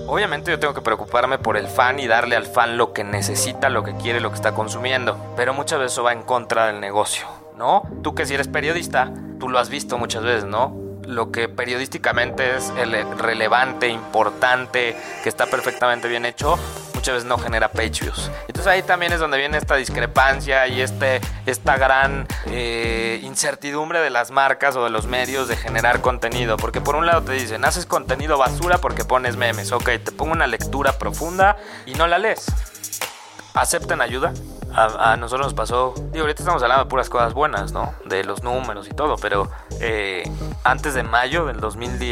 Obviamente yo tengo que preocuparme por el fan y darle al fan lo que necesita, lo que quiere, lo que está consumiendo. Pero muchas veces eso va en contra del negocio, ¿no? Tú que si eres periodista, tú lo has visto muchas veces, ¿no? Lo que periodísticamente es relevante, importante, que está perfectamente bien hecho, muchas veces no genera page views. Entonces ahí también es donde viene esta discrepancia y esta gran incertidumbre de las marcas o de los medios de generar contenido. Porque por un lado te dicen, haces contenido basura porque pones memes. Ok, te pongo una lectura profunda y no la lees. ¿Aceptan ayuda? A nosotros nos pasó, ahorita estamos hablando de puras cosas buenas, ¿no? De los números y todo, pero antes de mayo del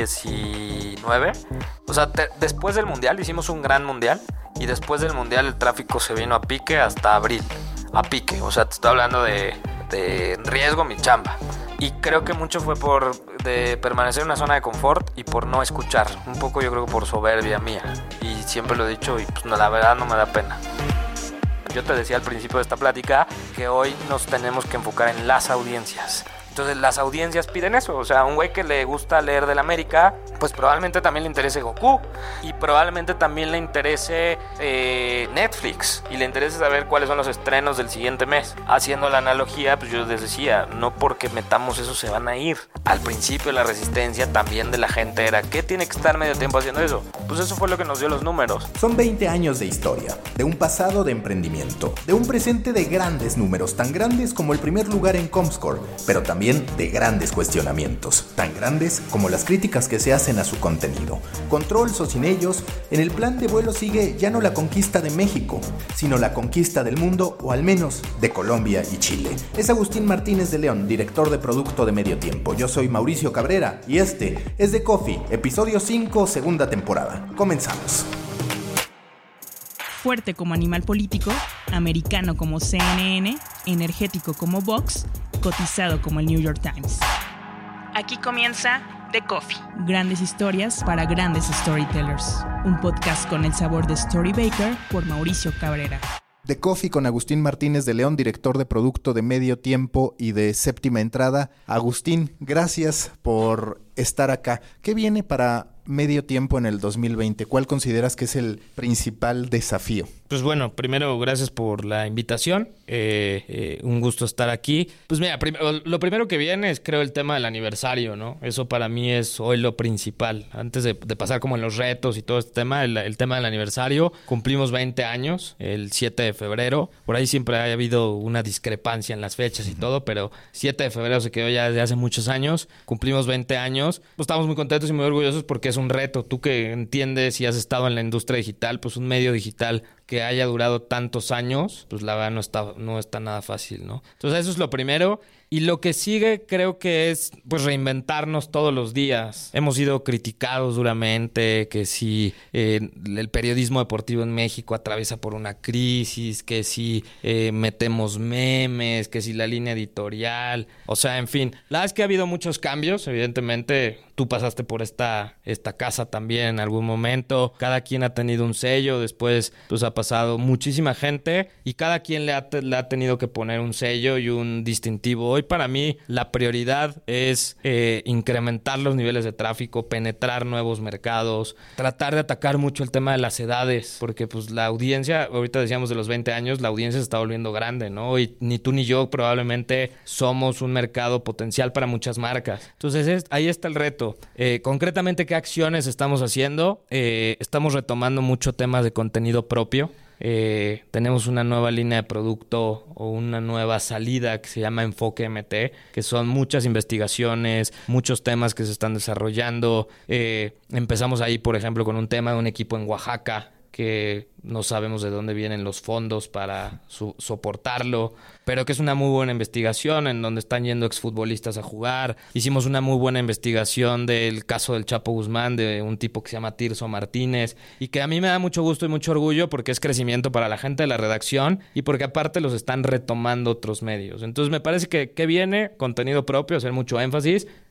2019, o sea, después del mundial, hicimos un gran mundial, y después del mundial el tráfico se vino a pique hasta abril, a pique, o sea, te estoy hablando de riesgo mi chamba. Y creo que mucho fue de permanecer en una zona de confort y por no escuchar, un poco yo creo que por soberbia mía, y siempre lo he dicho y pues no, la verdad no me da pena. Yo te decía al principio de esta plática que hoy nos tenemos que enfocar en las audiencias. Entonces las audiencias piden eso, o sea, un güey que le gusta leer del América, pues probablemente también le interese Goku y probablemente también le interese Netflix y le interese saber cuáles son los estrenos del siguiente mes. Haciendo la analogía, pues yo les decía, no porque metamos eso se van a ir. Al principio la resistencia también de la gente era, ¿qué tiene que estar medio tiempo haciendo eso? Pues eso fue lo que nos dio los números. Son 20 años de historia, de un pasado de emprendimiento, de un presente de grandes números, tan grandes como el primer lugar en Comscore, pero también de grandes cuestionamientos, tan grandes como las críticas que se hacen a su contenido. Controls o sin ellos, en el plan de vuelo sigue ya no la conquista de México, sino la conquista del mundo, o al menos de Colombia y Chile. Es Agustín Martínez de León, director de producto de Medio Tiempo. Yo soy Mauricio Cabrera y este es The Coffee, episodio 5, segunda temporada. Comenzamos. Fuerte como animal político, americano como CNN, energético como Vox, cotizado como el New York Times. Aquí comienza The Coffee. Grandes historias para grandes storytellers. Un podcast con el sabor de Storybaker por Mauricio Cabrera. The Coffee con Agustín Martínez de León, director de producto de Medio Tiempo y de Séptima Entrada. Agustín, gracias por estar acá. ¿Qué viene para Medio Tiempo en el 2020? ¿Cuál consideras que es el principal desafío? Pues bueno, primero gracias por la invitación, un gusto estar aquí. Pues mira, lo primero que viene es creo el tema del aniversario, ¿no? Eso para mí es hoy lo principal. Antes de pasar como en los retos y todo este tema, el tema del aniversario, cumplimos 20 años, el 7 de febrero. Por ahí siempre ha habido una discrepancia en las fechas y todo, pero 7 de febrero se quedó ya desde hace muchos años. Cumplimos 20 años. Pues estamos muy contentos y muy orgullosos porque es un reto. Tú que entiendes y has estado en la industria digital, pues un medio digital que haya durado tantos años, pues la verdad no está nada fácil, ¿no? Entonces eso es lo primero. Y lo que sigue creo que es pues reinventarnos todos los días. Hemos sido criticados duramente, que si el periodismo deportivo en México atraviesa por una crisis, que si metemos memes, que si la línea editorial, o sea, en fin. La verdad es que ha habido muchos cambios, evidentemente. Tú pasaste por esta casa también en algún momento. Cada quien ha tenido un sello, después pues ha pasado muchísima gente y cada quien le ha tenido que poner un sello y un distintivo. Hoy para mí la prioridad es incrementar los niveles de tráfico, penetrar nuevos mercados, tratar de atacar mucho el tema de las edades, porque pues la audiencia, ahorita decíamos de los 20 años, la audiencia se está volviendo grande, ¿no? Y ni tú ni yo probablemente somos un mercado potencial para muchas marcas. Entonces ahí está el reto. Concretamente, ¿qué acciones estamos haciendo? Estamos retomando mucho temas de contenido propio. Tenemos una nueva línea de producto o una nueva salida que se llama Enfoque MT, que son muchas investigaciones, muchos temas que se están desarrollando. Empezamos ahí, por ejemplo, con un tema de un equipo en Oaxaca que no sabemos de dónde vienen los fondos para soportarlo, pero que es una muy buena investigación en donde están yendo exfutbolistas a jugar. Hicimos una muy buena investigación del caso del Chapo Guzmán, de un tipo que se llama Tirso Martínez, y que a mí me da mucho gusto y mucho orgullo porque es crecimiento para la gente de la redacción y porque aparte los están retomando otros medios. Entonces me parece que viene contenido propio, hacer mucho énfasis,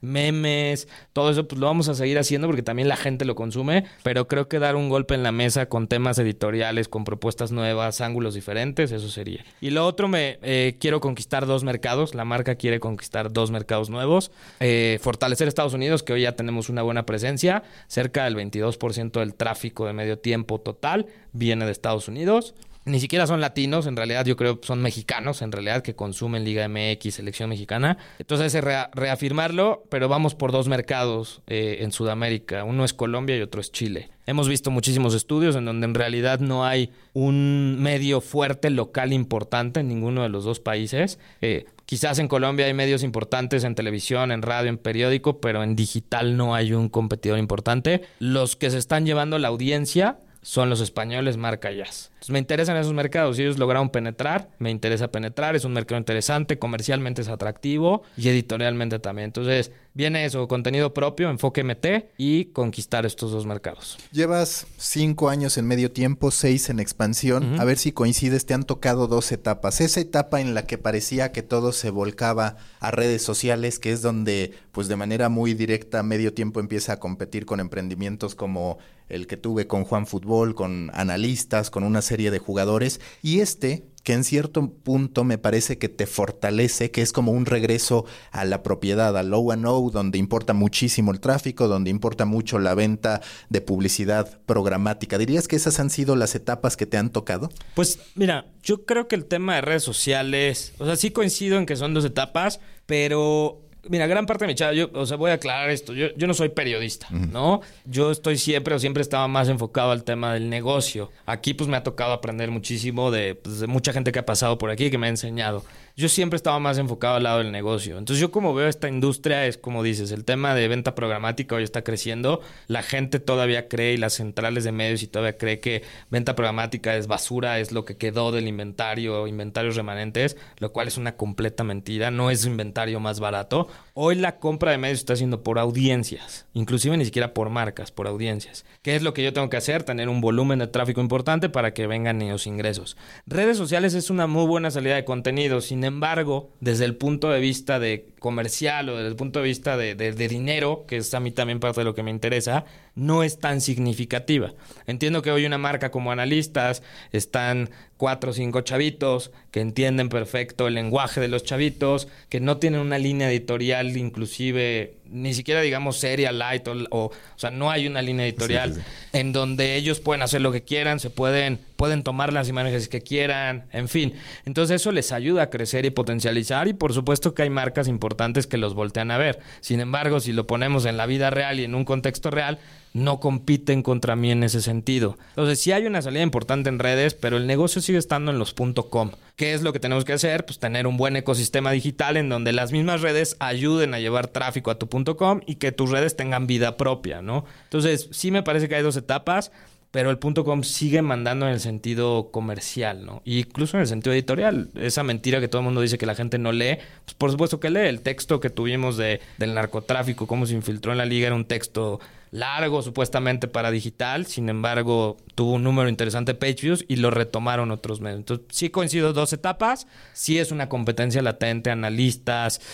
memes, todo eso, pues lo vamos a seguir haciendo porque también la gente lo consume, pero creo que dar un golpe en la mesa con temas editoriales, con propuestas nuevas, ángulos diferentes, eso sería. Y lo otro, quiero conquistar 2 mercados, la marca quiere conquistar 2 mercados nuevos, fortalecer Estados Unidos, que hoy ya tenemos una buena presencia, cerca del 22% del tráfico de medio tiempo total viene de Estados Unidos. Ni siquiera son latinos, en realidad yo creo que son mexicanos, en realidad, que consumen Liga MX, selección mexicana. Entonces reafirmarlo, pero vamos por 2 mercados en Sudamérica. Uno es Colombia y otro es Chile. Hemos visto muchísimos estudios en donde en realidad no hay un medio fuerte local importante en ninguno de los 2 países. Quizás en Colombia hay medios importantes en televisión, en radio, en periódico, pero en digital no hay un competidor importante. Los que se están llevando la audiencia son los españoles, marca Jazz. Entonces me interesan esos mercados. Si ellos lograron penetrar, me interesa penetrar. Es un mercado interesante, comercialmente es atractivo y editorialmente también. Entonces viene eso, contenido propio, enfoque MT y conquistar estos 2 mercados. Llevas 5 años en medio tiempo, 6 en expansión. A ver si coincides, te han tocado 2 etapas. Esa etapa en la que parecía que todo se volcaba a redes sociales, que es donde pues de manera muy directa medio tiempo empieza a competir con emprendimientos como el que tuve con Juan Fútbol, con analistas, con una serie de jugadores, y que en cierto punto me parece que te fortalece, que es como un regreso a la propiedad, al O&O, donde importa muchísimo el tráfico, donde importa mucho la venta de publicidad programática. ¿Dirías que esas han sido las etapas que te han tocado? Pues mira, yo creo que el tema de redes sociales, o sea, sí coincido en que son 2 etapas, pero mira, gran parte de mi chava, voy a aclarar esto. Yo no soy periodista, ¿no? Yo siempre estaba más enfocado al tema del negocio. Aquí, pues, me ha tocado aprender muchísimo de mucha gente que ha pasado por aquí, que me ha enseñado. Yo siempre estaba más enfocado al lado del negocio. Entonces, yo como veo esta industria, es como dices, el tema de venta programática hoy está creciendo. La gente todavía cree, y las centrales de medios, y todavía cree que venta programática es basura, es lo que quedó del inventarios remanentes, lo cual es una completa mentira. No es inventario más barato. Hoy la compra de medios se está haciendo por audiencias, inclusive ni siquiera por marcas, por audiencias. ¿Qué es lo que yo tengo que hacer? Tener un volumen de tráfico importante para que vengan los ingresos. Redes sociales es una muy buena salida de contenido. Sin embargo, desde el punto de vista de comercial o desde el punto de vista de dinero, que es a mí también parte de lo que me interesa, no es tan significativa. Entiendo que hoy una marca como Analistas están 4 o 5 chavitos que entienden perfecto el lenguaje de los chavitos, que no tienen una línea editorial, inclusive ni siquiera digamos seria, light, o sea, no hay una línea editorial en donde ellos pueden hacer lo que quieran, pueden tomar las imágenes que quieran, en fin. Entonces eso les ayuda a crecer y potencializar, y por supuesto que hay marcas importantes que los voltean a ver. Sin embargo, si lo ponemos en la vida real y en un contexto real, no compiten contra mí en ese sentido. Entonces sí hay una salida importante en redes, pero el negocio sigue estando en los .com. ¿Qué es lo que tenemos que hacer? Pues tener un buen ecosistema digital en donde las mismas redes ayuden a llevar tráfico a tu .com y que tus redes tengan vida propia, ¿no? Entonces sí me parece que hay 2 etapas, pero el .com sigue mandando en el sentido comercial, ¿no? Y incluso en el sentido editorial. Esa mentira que todo el mundo dice que la gente no lee, pues por supuesto que lee. El texto que tuvimos del narcotráfico, cómo se infiltró en la liga, era un texto largo supuestamente para digital. Sin embargo, tuvo un número interesante de page views y lo retomaron otros medios. Entonces, sí coincido 2 etapas. Sí es una competencia latente, Analistas,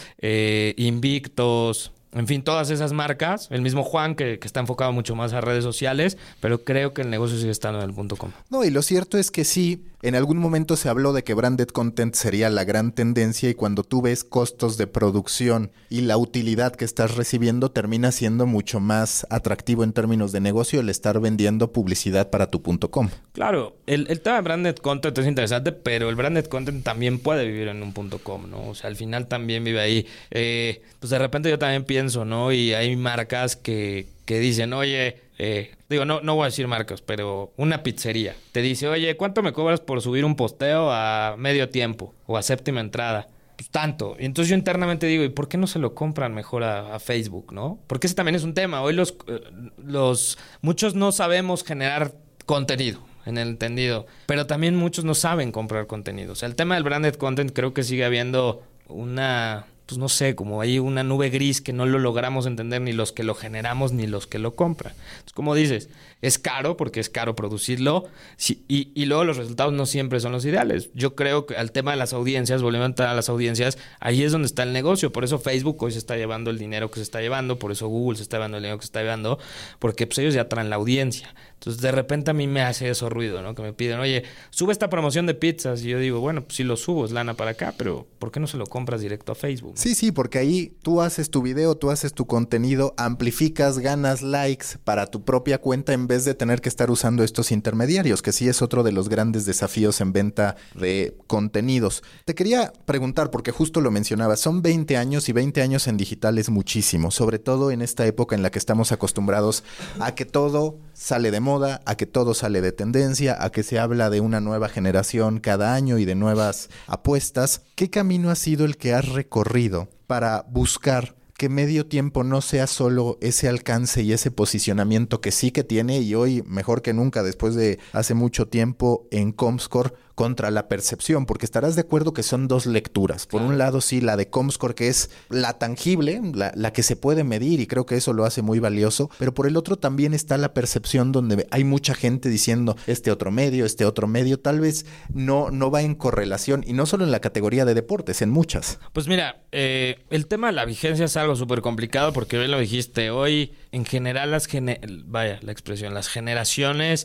Invictos, en fin, todas esas marcas. El mismo Juan, que está enfocado mucho más a redes sociales, pero creo que el negocio sigue estando en el .com. No, y lo cierto es que sí, en algún momento se habló de que branded content sería la gran tendencia, y cuando tú ves costos de producción y la utilidad que estás recibiendo, termina siendo mucho más atractivo en términos de negocio el estar vendiendo publicidad para tu .com. Claro, el tema de branded content es interesante, pero el branded content también puede vivir en un .com, ¿no? O sea, al final también vive ahí. Pues de repente yo también pienso, ¿no? Y hay marcas que dicen, oye, no voy a decir marcas, pero una pizzería te dice, oye, ¿cuánto me cobras por subir un posteo a medio tiempo o a séptima entrada? Pues tanto. Y entonces yo internamente digo, ¿y por qué no se lo compran mejor a Facebook, no? Porque ese también es un tema. Hoy muchos no sabemos generar contenido, en el entendido, pero también muchos no saben comprar contenido. O sea, el tema del branded content, creo que sigue habiendo una pues no sé, como hay una nube gris que no lo logramos entender ni los que lo generamos ni los que lo compran. Entonces, como dices, es caro porque es caro producirlo y luego los resultados no siempre son los ideales. Yo creo que al tema de las audiencias, volviendo a las audiencias, ahí es donde está el negocio. Por eso Facebook hoy se está llevando el dinero que se está llevando, por eso Google se está llevando el dinero que se está llevando, porque pues ellos ya traen la audiencia. Entonces, de repente a mí me hace eso ruido, ¿no? Que me piden, oye, sube esta promoción de pizzas. Y yo digo, bueno, pues sí lo subo, es lana para acá, pero ¿por qué no se lo compras directo a Facebook? Sí, porque ahí tú haces tu video, tú haces tu contenido, amplificas, ganas likes para tu propia cuenta en vez de tener que estar usando estos intermediarios, que sí es otro de los grandes desafíos en venta de contenidos. Te quería preguntar, porque justo lo mencionabas, son 20 años y 20 años en digital es muchísimo, sobre todo en esta época en la que estamos acostumbrados a que todo sale de moda, a que todo sale de tendencia, a que se habla de una nueva generación cada año y de nuevas apuestas. ¿Qué camino ha sido el que has recorrido para buscar que Medio Tiempo no sea solo ese alcance y ese posicionamiento que sí que tiene y hoy mejor que nunca después de hace mucho tiempo en Comscore contra la percepción? Porque estarás de acuerdo que son dos lecturas. Por un lado, sí, la de Comscore, que es la tangible, la que se puede medir, y creo que eso lo hace muy valioso, pero por el otro también está la percepción donde hay mucha gente diciendo este otro medio, tal vez no va en correlación, y no solo en la categoría de deportes, en muchas. Pues mira, el tema de la vigencia es algo súper complicado porque bien lo dijiste, hoy en general las generaciones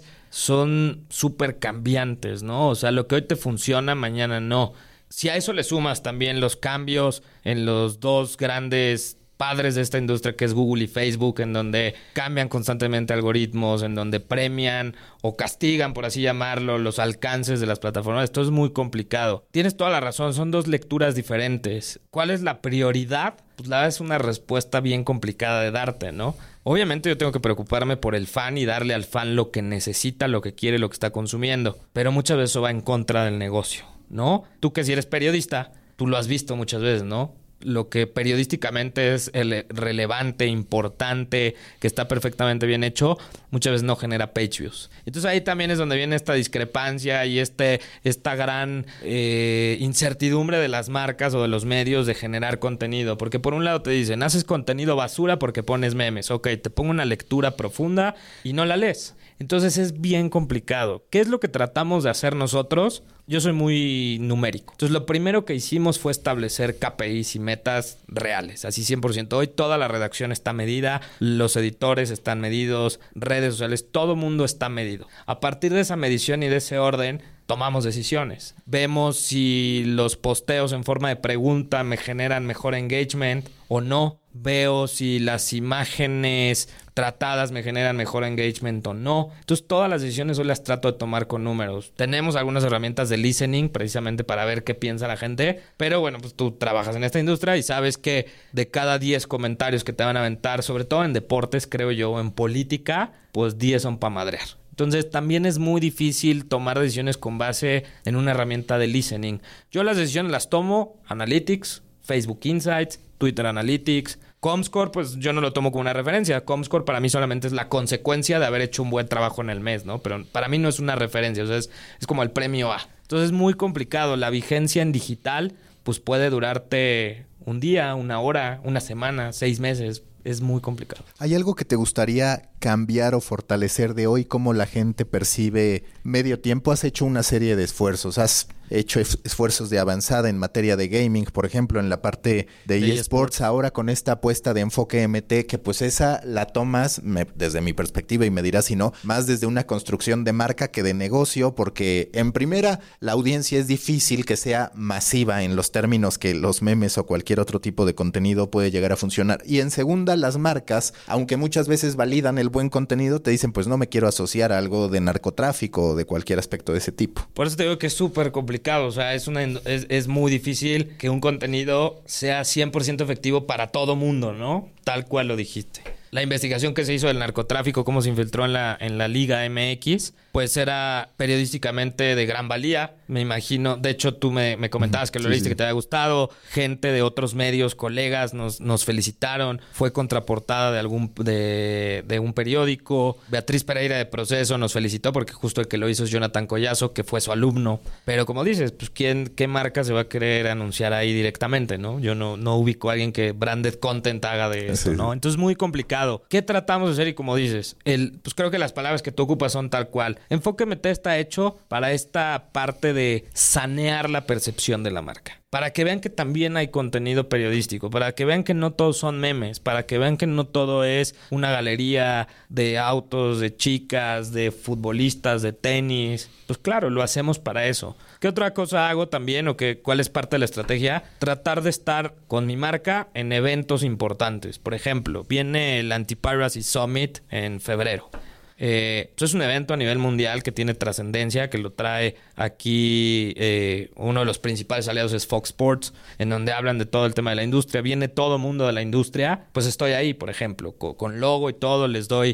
son súper cambiantes, ¿no? O sea, lo que hoy te funciona, mañana no. Si a eso le sumas también los cambios en los dos grandes padres de esta industria que es Google y Facebook, en donde cambian constantemente algoritmos, en donde premian o castigan, por así llamarlo, los alcances de las plataformas. Esto es muy complicado. Tienes toda la razón, son dos lecturas diferentes. ¿Cuál es la prioridad? Pues la verdad es una respuesta bien complicada de darte, ¿no? Obviamente yo tengo que preocuparme por el fan y darle al fan lo que necesita, lo que quiere, lo que está consumiendo. Pero muchas veces eso va en contra del negocio, ¿no? Tú que si eres periodista, tú lo has visto muchas veces, ¿no? Lo que periodísticamente es relevante, importante, que está perfectamente bien hecho, muchas veces no genera page views. Entonces ahí también es donde viene esta discrepancia y esta gran incertidumbre de las marcas o de los medios de generar contenido. Porque por un lado te dicen, haces contenido basura porque pones memes. Ok, te pongo una lectura profunda y no la lees. Entonces es bien complicado. ¿Qué es lo que tratamos de hacer nosotros? Yo soy muy numérico. Entonces lo primero que hicimos fue establecer KPIs y metas reales. Así 100%. Hoy toda la redacción está medida, los editores están medidos, redes sociales, todo mundo está medido. A partir de esa medición y de ese orden, tomamos decisiones. Vemos si los posteos en forma de pregunta me generan mejor engagement o no. Veo si las imágenes tratadas me generan mejor engagement o no. Entonces todas las decisiones hoy las trato de tomar con números. Tenemos algunas herramientas de listening precisamente para ver qué piensa la gente. Pero bueno, pues tú trabajas en esta industria y sabes que de cada 10 comentarios que te van a aventar, sobre todo en deportes, creo yo, en política, pues 10 son para madrear. Entonces también es muy difícil tomar decisiones con base en una herramienta de listening. Yo las decisiones las tomo, Analytics, Facebook Insights, Twitter Analytics. Comscore, pues yo no lo tomo como una referencia. Comscore para mí solamente es la consecuencia de haber hecho un buen trabajo en el mes, ¿no? Pero para mí no es una referencia, o sea, es como el premio A. Entonces es muy complicado. La vigencia en digital, pues puede durarte un día, una hora, una semana, 6 meses. Es muy complicado. ¿Hay algo que te gustaría cambiar o fortalecer de hoy cómo la gente percibe Medio Tiempo? Has hecho una serie de esfuerzos, has hecho esfuerzos de avanzada en materia de gaming, por ejemplo, en la parte de eSports, ahora con esta apuesta de enfoque MT, que pues esa la tomas, desde mi perspectiva, y me dirás si no, más desde una construcción de marca que de negocio, porque en primera, la audiencia es difícil que sea masiva en los términos que los memes o cualquier otro tipo de contenido puede llegar a funcionar. Y en segunda, las marcas, aunque muchas veces validan el buen contenido, te dicen, pues no me quiero asociar a algo de narcotráfico o de cualquier aspecto de ese tipo. Por eso te digo que es súper complicado. O sea, es muy difícil que un contenido sea 100% efectivo para todo mundo, ¿no? Tal cual lo dijiste. la investigación que se hizo del narcotráfico, cómo se infiltró en la Liga MX, pues era periodísticamente de gran valía. Me imagino, de hecho tú me comentabas que lo leíste, que te había gustado. Gente de otros medios, colegas, nos felicitaron. Fue contraportada de un periódico. Beatriz Pereira de Proceso nos felicitó porque justo el que lo hizo es Jonathan Collazo, que fue su alumno. Pero como dices, pues ¿qué marca se va a querer anunciar ahí directamente, no? Yo no ubico a alguien que branded content haga de esto, ¿no? Entonces muy complicado. ¿Qué tratamos de hacer? Y como dices, pues creo que las palabras que tú ocupas son tal cual. Enfoque MT está hecho para esta parte de sanear la percepción de la marca. Para que vean que también hay contenido periodístico, para que vean que no todos son memes, para que vean que no todo es una galería de autos, de chicas, de futbolistas, de tenis. Pues claro, lo hacemos para eso. ¿Qué otra cosa hago también o cuál es parte de la estrategia? Tratar de estar con mi marca en eventos importantes. Por ejemplo, viene el Anti-Piracy Summit en febrero. Es un evento a nivel mundial que tiene trascendencia, que lo trae aquí uno de los principales aliados es Fox Sports, en donde hablan de todo el tema de la industria. Viene todo mundo de la industria, pues estoy ahí, por ejemplo, con logo y todo,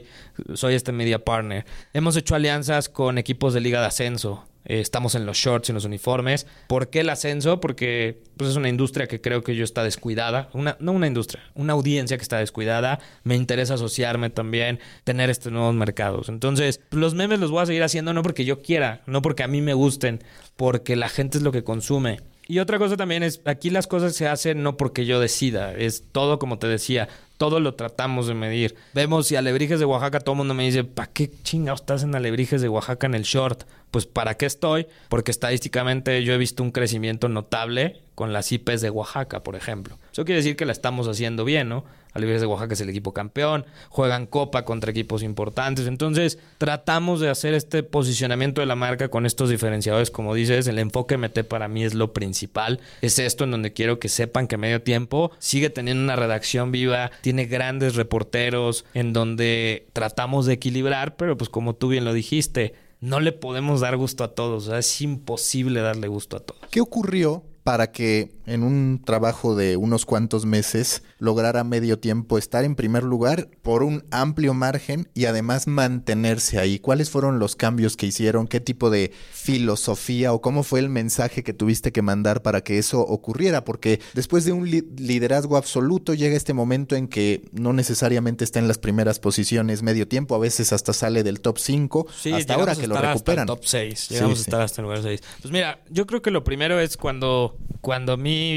soy este media partner. Hemos hecho alianzas con equipos de liga de ascenso. Estamos en los shorts y en los uniformes. ¿Por qué el ascenso? Porque pues, es una industria que creo que está descuidada. No una industria, una audiencia que está descuidada. Me interesa asociarme también, tener estos nuevos mercados. Entonces, los memes los voy a seguir haciendo no porque yo quiera, no porque a mí me gusten, porque la gente es lo que consume. Y otra cosa también es, aquí las cosas se hacen no porque yo decida. Es todo como te decía. Todo lo tratamos de medir. Vemos si Alebrijes de Oaxaca, todo el mundo me dice, ¿para qué chingados estás en Alebrijes de Oaxaca en el short? Pues ¿para qué estoy? Porque estadísticamente yo he visto un crecimiento notable con las IPs de Oaxaca, por ejemplo. Eso quiere decir que la estamos haciendo bien, ¿no? Alebrijes de Oaxaca es el equipo campeón, juegan copa contra equipos importantes. Entonces, tratamos de hacer este posicionamiento de la marca con estos diferenciadores. Como dices, el enfoque MT para mí es lo principal. Es esto en donde quiero que sepan que Medio Tiempo sigue teniendo una redacción viva, tiene grandes reporteros en donde tratamos de equilibrar, pero pues como tú bien lo dijiste, no le podemos dar gusto a todos. O sea, es imposible darle gusto a todos. ¿Qué ocurrió para que en un trabajo de unos cuantos meses lograra Medio Tiempo estar en primer lugar por un amplio margen y además mantenerse ahí? ¿Cuáles fueron los cambios que hicieron? ¿Qué tipo de filosofía o cómo fue el mensaje que tuviste que mandar para que eso ocurriera? Porque después de un liderazgo absoluto llega este momento en que no necesariamente está en las primeras posiciones Medio Tiempo, a veces hasta sale del top 5, sí, hasta ahora que lo recuperan. Hasta el top 6, llegamos a estar hasta el lugar 6. Pues mira, yo creo que lo primero es cuando a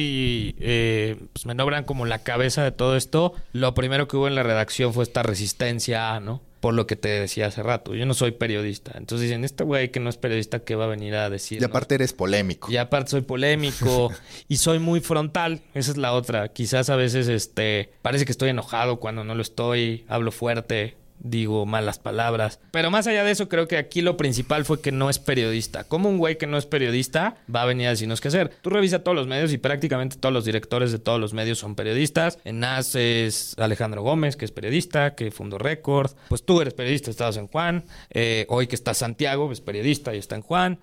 mí pues me nombran como la cabeza de todo esto, lo primero que hubo en la redacción fue esta resistencia, ¿no? Por lo que te decía hace rato. Yo no soy periodista. Entonces dicen, este güey que no es periodista, ¿qué va a venir a decir? Y aparte eres polémico. Y aparte soy polémico y soy muy frontal. Esa es la otra. Quizás a veces parece que estoy enojado cuando no lo estoy. Hablo fuerte. Digo malas palabras. Pero más allá de eso, creo que aquí lo principal fue que no es periodista. ¿Cómo un güey que no es periodista va a venir a decirnos qué hacer? Tú revisa todos los medios y prácticamente todos los directores de todos los medios son periodistas. En NAS es Alejandro Gómez, que es periodista, que fundó Record. Pues tú eres periodista, estabas en Juan. Hoy que está Santiago, es periodista y está en Juan.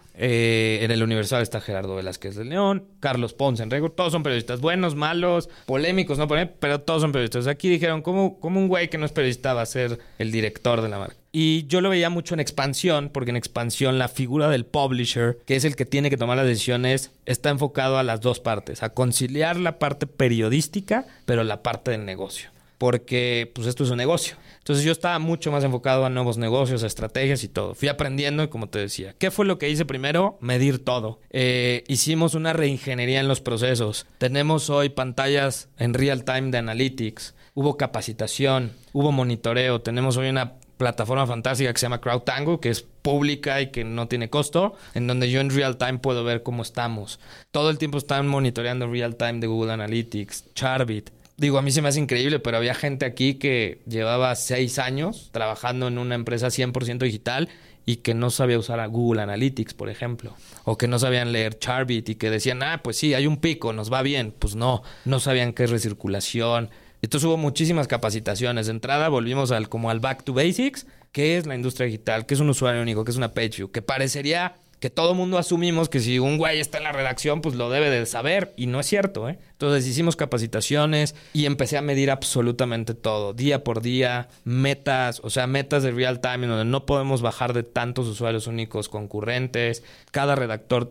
En el Universal está Gerardo Velázquez del León. Carlos Ponce en Record. Todos son periodistas. Buenos, malos, polémicos, no polémicos, pero todos son periodistas. Aquí dijeron, ¿cómo un güey que no es periodista va a ser el director de la marca? Y yo lo veía mucho en Expansión, porque en Expansión la figura del publisher, que es el que tiene que tomar las decisiones, está enfocado a las dos partes, a conciliar la parte periodística, pero la parte del negocio. Porque pues esto es un negocio. Entonces yo estaba mucho más enfocado a nuevos negocios, a estrategias y todo. Fui aprendiendo y como te decía, ¿qué fue lo que hice primero? Medir todo. Hicimos una reingeniería en los procesos. Tenemos hoy pantallas en real time de analytics. Hubo capacitación, hubo monitoreo. Tenemos hoy una plataforma fantástica que se llama CrowdTango, que es pública y que no tiene costo, en donde yo en real time puedo ver cómo estamos. Todo el tiempo están monitoreando real time de Google Analytics, Charbit. Digo, a mí se me hace increíble, pero había gente aquí que llevaba 6 años trabajando en una empresa 100% digital y que no sabía usar a Google Analytics, por ejemplo. O que no sabían leer Charbit y que decían, pues sí, hay un pico, nos va bien. Pues no sabían qué es recirculación. Entonces hubo muchísimas capacitaciones. De entrada volvimos como al back to basics, que es la industria digital, que es un usuario único, que es una page view, que parecería que todo mundo asumimos que si un güey está en la redacción, pues lo debe de saber. Y no es cierto, ¿eh? Entonces hicimos capacitaciones y empecé a medir absolutamente todo, día por día, metas, o sea, metas de real time en donde no podemos bajar de tantos usuarios únicos concurrentes. Cada redactor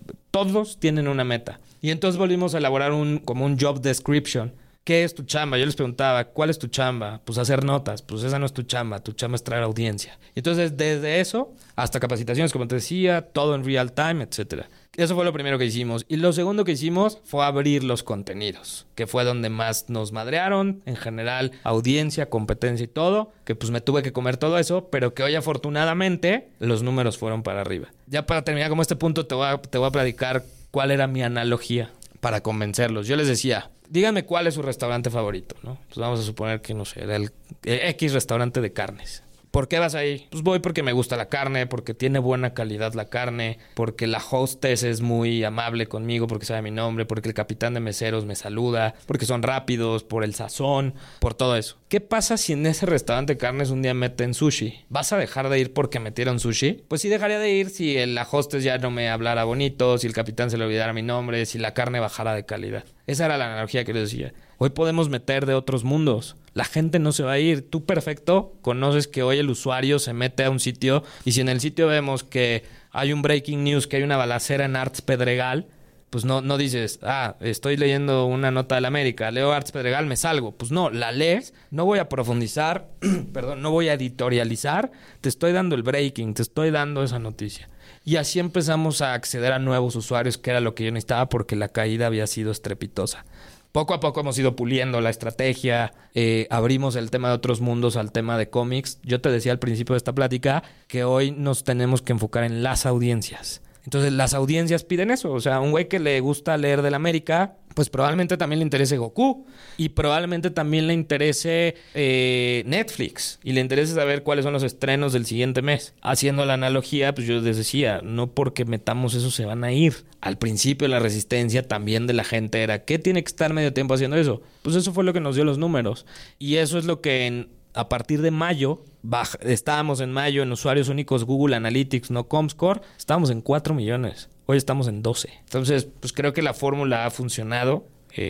todos tienen una meta. Y entonces volvimos a elaborar como un job description. ¿Qué es tu chamba? Yo les preguntaba, ¿cuál es tu chamba? Pues hacer notas. Pues esa no es tu chamba es traer audiencia. Y entonces, desde eso hasta capacitaciones, como te decía, todo en real time, etcétera. Eso fue lo primero que hicimos. Y lo segundo que hicimos fue abrir los contenidos, que fue donde más nos madrearon, en general, audiencia, competencia y todo, que pues me tuve que comer todo eso, pero que hoy afortunadamente los números fueron para arriba. Ya para terminar como este punto te voy a platicar cuál era mi analogía para convencerlos. Yo les decía, díganme cuál es su restaurante favorito, ¿no? Pues vamos a suponer que, no sé, era el X restaurante de carnes. ¿Por qué vas ahí? Pues voy porque me gusta la carne, porque tiene buena calidad la carne, porque la hostess es muy amable conmigo, porque sabe mi nombre, porque el capitán de meseros me saluda, porque son rápidos, por el sazón, por todo eso. ¿Qué pasa si en ese restaurante de carnes un día meten sushi? ¿Vas a dejar de ir porque metieron sushi? Pues sí dejaría de ir si la hostess ya no me hablara bonito, si el capitán se le olvidara mi nombre, si la carne bajara de calidad. Esa era la analogía que les decía. Hoy podemos meter de otros mundos. La gente no se va a ir. Tú perfecto conoces que hoy el usuario se mete a un sitio y si en el sitio vemos que hay un breaking news, que hay una balacera en Arts Pedregal, pues no dices, estoy leyendo una nota de la América, leo Arts Pedregal, me salgo. Pues no, la lees, no voy a profundizar, no voy a editorializar, te estoy dando el breaking, te estoy dando esa noticia. Y así empezamos a acceder a nuevos usuarios, que era lo que yo necesitaba porque la caída había sido estrepitosa. Poco a poco hemos ido puliendo la estrategia, abrimos el tema de otros mundos al tema de cómics. Yo te decía al principio de esta plática que hoy nos tenemos que enfocar en las audiencias. Entonces las audiencias piden eso. O sea, un güey que le gusta leer del América, pues probablemente también le interese Goku. Y probablemente también le interese Netflix. Y le interese saber cuáles son los estrenos del siguiente mes. Haciendo la analogía, pues yo les decía, no porque metamos eso se van a ir. Al principio la resistencia también de la gente era, ¿qué tiene que estar medio tiempo haciendo eso? Pues eso fue lo que nos dio los números. Y eso es lo que a partir de mayo, estábamos en mayo en usuarios únicos Google Analytics, no Comscore, estábamos en 4 millones. Hoy estamos en 12. Entonces, pues creo que la fórmula ha funcionado.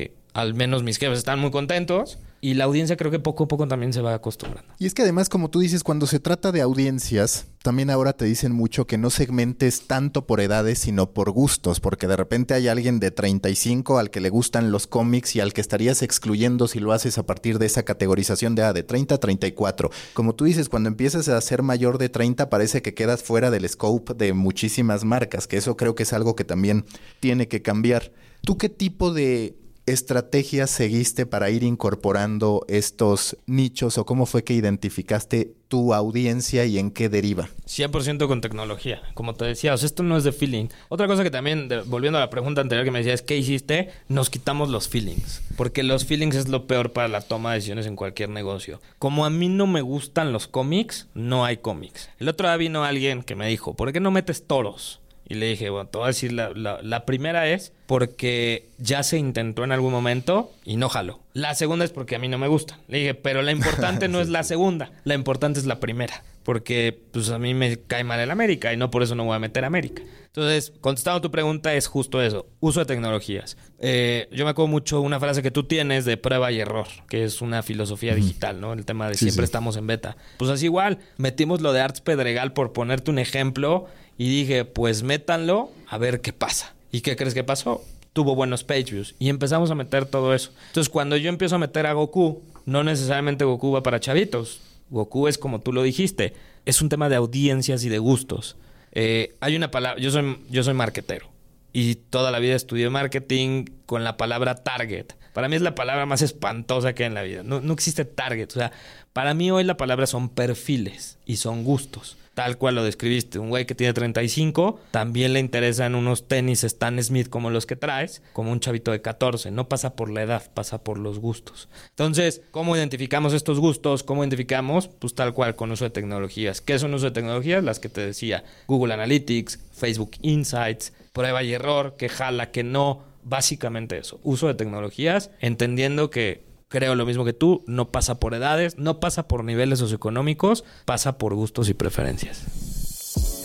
Al menos mis jefes están muy contentos. Y la audiencia creo que poco a poco también se va acostumbrando. Y es que además, como tú dices, cuando se trata de audiencias, también ahora te dicen mucho que no segmentes tanto por edades, sino por gustos. Porque de repente hay alguien de 35 al que le gustan los cómics y al que estarías excluyendo si lo haces a partir de esa categorización de 30 a 34. Como tú dices, cuando empiezas a ser mayor de 30 parece que quedas fuera del scope de muchísimas marcas, que eso creo que es algo que también tiene que cambiar. ¿Tú qué tipo de estrategias seguiste para ir incorporando estos nichos o cómo fue que identificaste tu audiencia y en qué deriva? 100% con tecnología, como te decía, o sea, esto no es de feeling. Otra cosa que también, volviendo a la pregunta anterior que me decías, ¿qué hiciste? Nos quitamos los feelings, porque los feelings es lo peor para la toma de decisiones en cualquier negocio. Como a mí no me gustan los cómics, no hay cómics. El otro día vino alguien que me dijo, ¿por qué no metes toros? Y le dije, bueno, te voy a decir, la primera es porque ya se intentó en algún momento y no jaló. La segunda es porque a mí no me gustan. Le dije, pero la importante no es la segunda, la importante es la primera. Porque pues a mí me cae mal el América y no por eso no voy a meter América. Entonces, contestando tu pregunta, es justo eso. Uso de tecnologías. Yo me acuerdo mucho una frase que tú tienes de prueba y error, que es una filosofía digital, ¿no? El tema de siempre estamos en beta. Pues así igual, metimos lo de Arts Pedregal por ponerte un ejemplo y dije, pues métanlo a ver qué pasa. ¿Y qué crees que pasó? Tuvo buenos page views y empezamos a meter todo eso. Entonces, cuando yo empiezo a meter a Goku, no necesariamente Goku va para chavitos. Goku es como tú lo dijiste, es un tema de audiencias y de gustos. Hay una palabra, yo soy marketero y toda la vida estudié marketing con la palabra target. Para mí es la palabra más espantosa que hay en la vida. No existe target. O sea, para mí hoy la palabra son perfiles y son gustos. Tal cual lo describiste. Un güey que tiene 35 también le interesan unos tenis Stan Smith como los que traes, como un chavito de 14. No pasa por la edad, pasa por los gustos. Entonces, ¿cómo identificamos estos gustos? ¿Cómo identificamos? Pues tal cual, con uso de tecnologías. ¿Qué son uso de tecnologías? Las que te decía. Google Analytics, Facebook Insights, prueba y error, que jala, que no. Básicamente eso. Uso de tecnologías, entendiendo que creo lo mismo que tú, no pasa por edades, no pasa por niveles socioeconómicos, pasa por gustos y preferencias.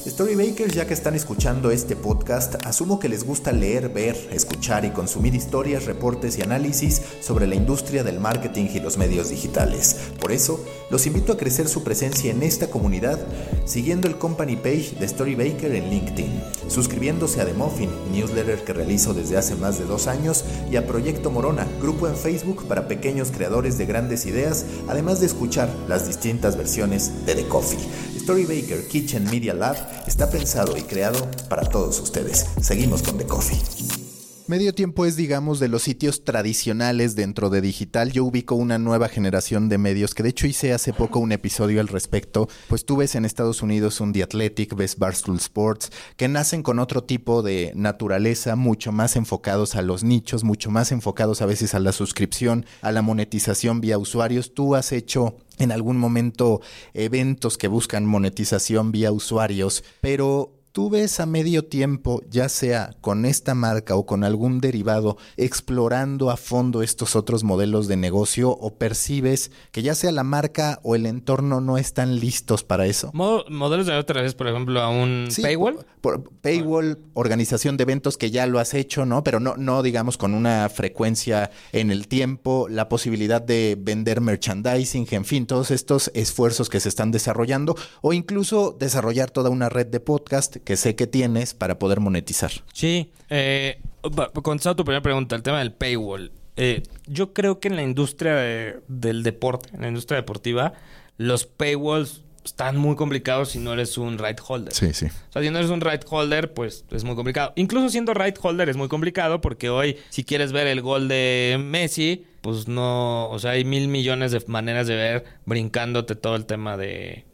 Storybakers, ya que están escuchando este podcast, asumo que les gusta leer, ver, escuchar y consumir historias, reportes y análisis sobre la industria del marketing y los medios digitales. Por eso, los invito a crecer su presencia en esta comunidad siguiendo el company page de Storybaker en LinkedIn, suscribiéndose a The Muffin, newsletter que realizo desde hace más de 2 años, y a Proyecto Morona, grupo en Facebook para pequeños creadores de grandes ideas, además de escuchar las distintas versiones de The Coffee. Storybaker Kitchen Media Lab está pensado y creado para todos ustedes. Seguimos con The Coffee. Medio Tiempo es, digamos, de los sitios tradicionales dentro de digital. Yo ubico una nueva generación de medios, que de hecho hice hace poco un episodio al respecto. Pues tú ves en Estados Unidos un The Athletic, ves Barstool Sports, que nacen con otro tipo de naturaleza, mucho más enfocados a los nichos, mucho más enfocados a veces a la suscripción, a la monetización vía usuarios. Tú has hecho en algún momento eventos que buscan monetización vía usuarios, pero ¿tú ves a Medio Tiempo, ya sea con esta marca o con algún derivado, explorando a fondo estos otros modelos de negocio, o percibes que ya sea la marca o el entorno no están listos para eso? ¿Modelos de otra vez, por ejemplo, a un paywall? Paywall, organización de eventos que ya lo has hecho, ¿no? Pero no digamos con una frecuencia en el tiempo, la posibilidad de vender merchandising, en fin, todos estos esfuerzos que se están desarrollando, o incluso desarrollar toda una red de podcast que sé que tienes para poder monetizar. Sí. Contestando tu primera pregunta, el tema del paywall. Yo creo que en la industria del deporte, en la industria deportiva, los paywalls están muy complicados si no eres un right holder. Sí. O sea, si no eres un right holder, pues es muy complicado. Incluso siendo right holder es muy complicado, porque hoy, si quieres ver el gol de Messi, pues no... O sea, hay 1,000 millones de maneras de ver brincándote todo el tema de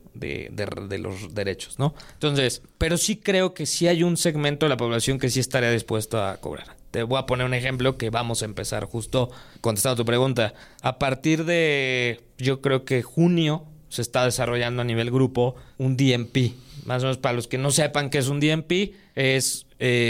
los derechos, ¿no? Entonces, pero sí creo que sí hay un segmento de la población que sí estaría dispuesto a cobrar. Te voy a poner un ejemplo que vamos a empezar justo contestando tu pregunta. A partir de, yo creo que junio, se está desarrollando a nivel grupo un DMP. Más o menos, para los que no sepan qué es un DMP, es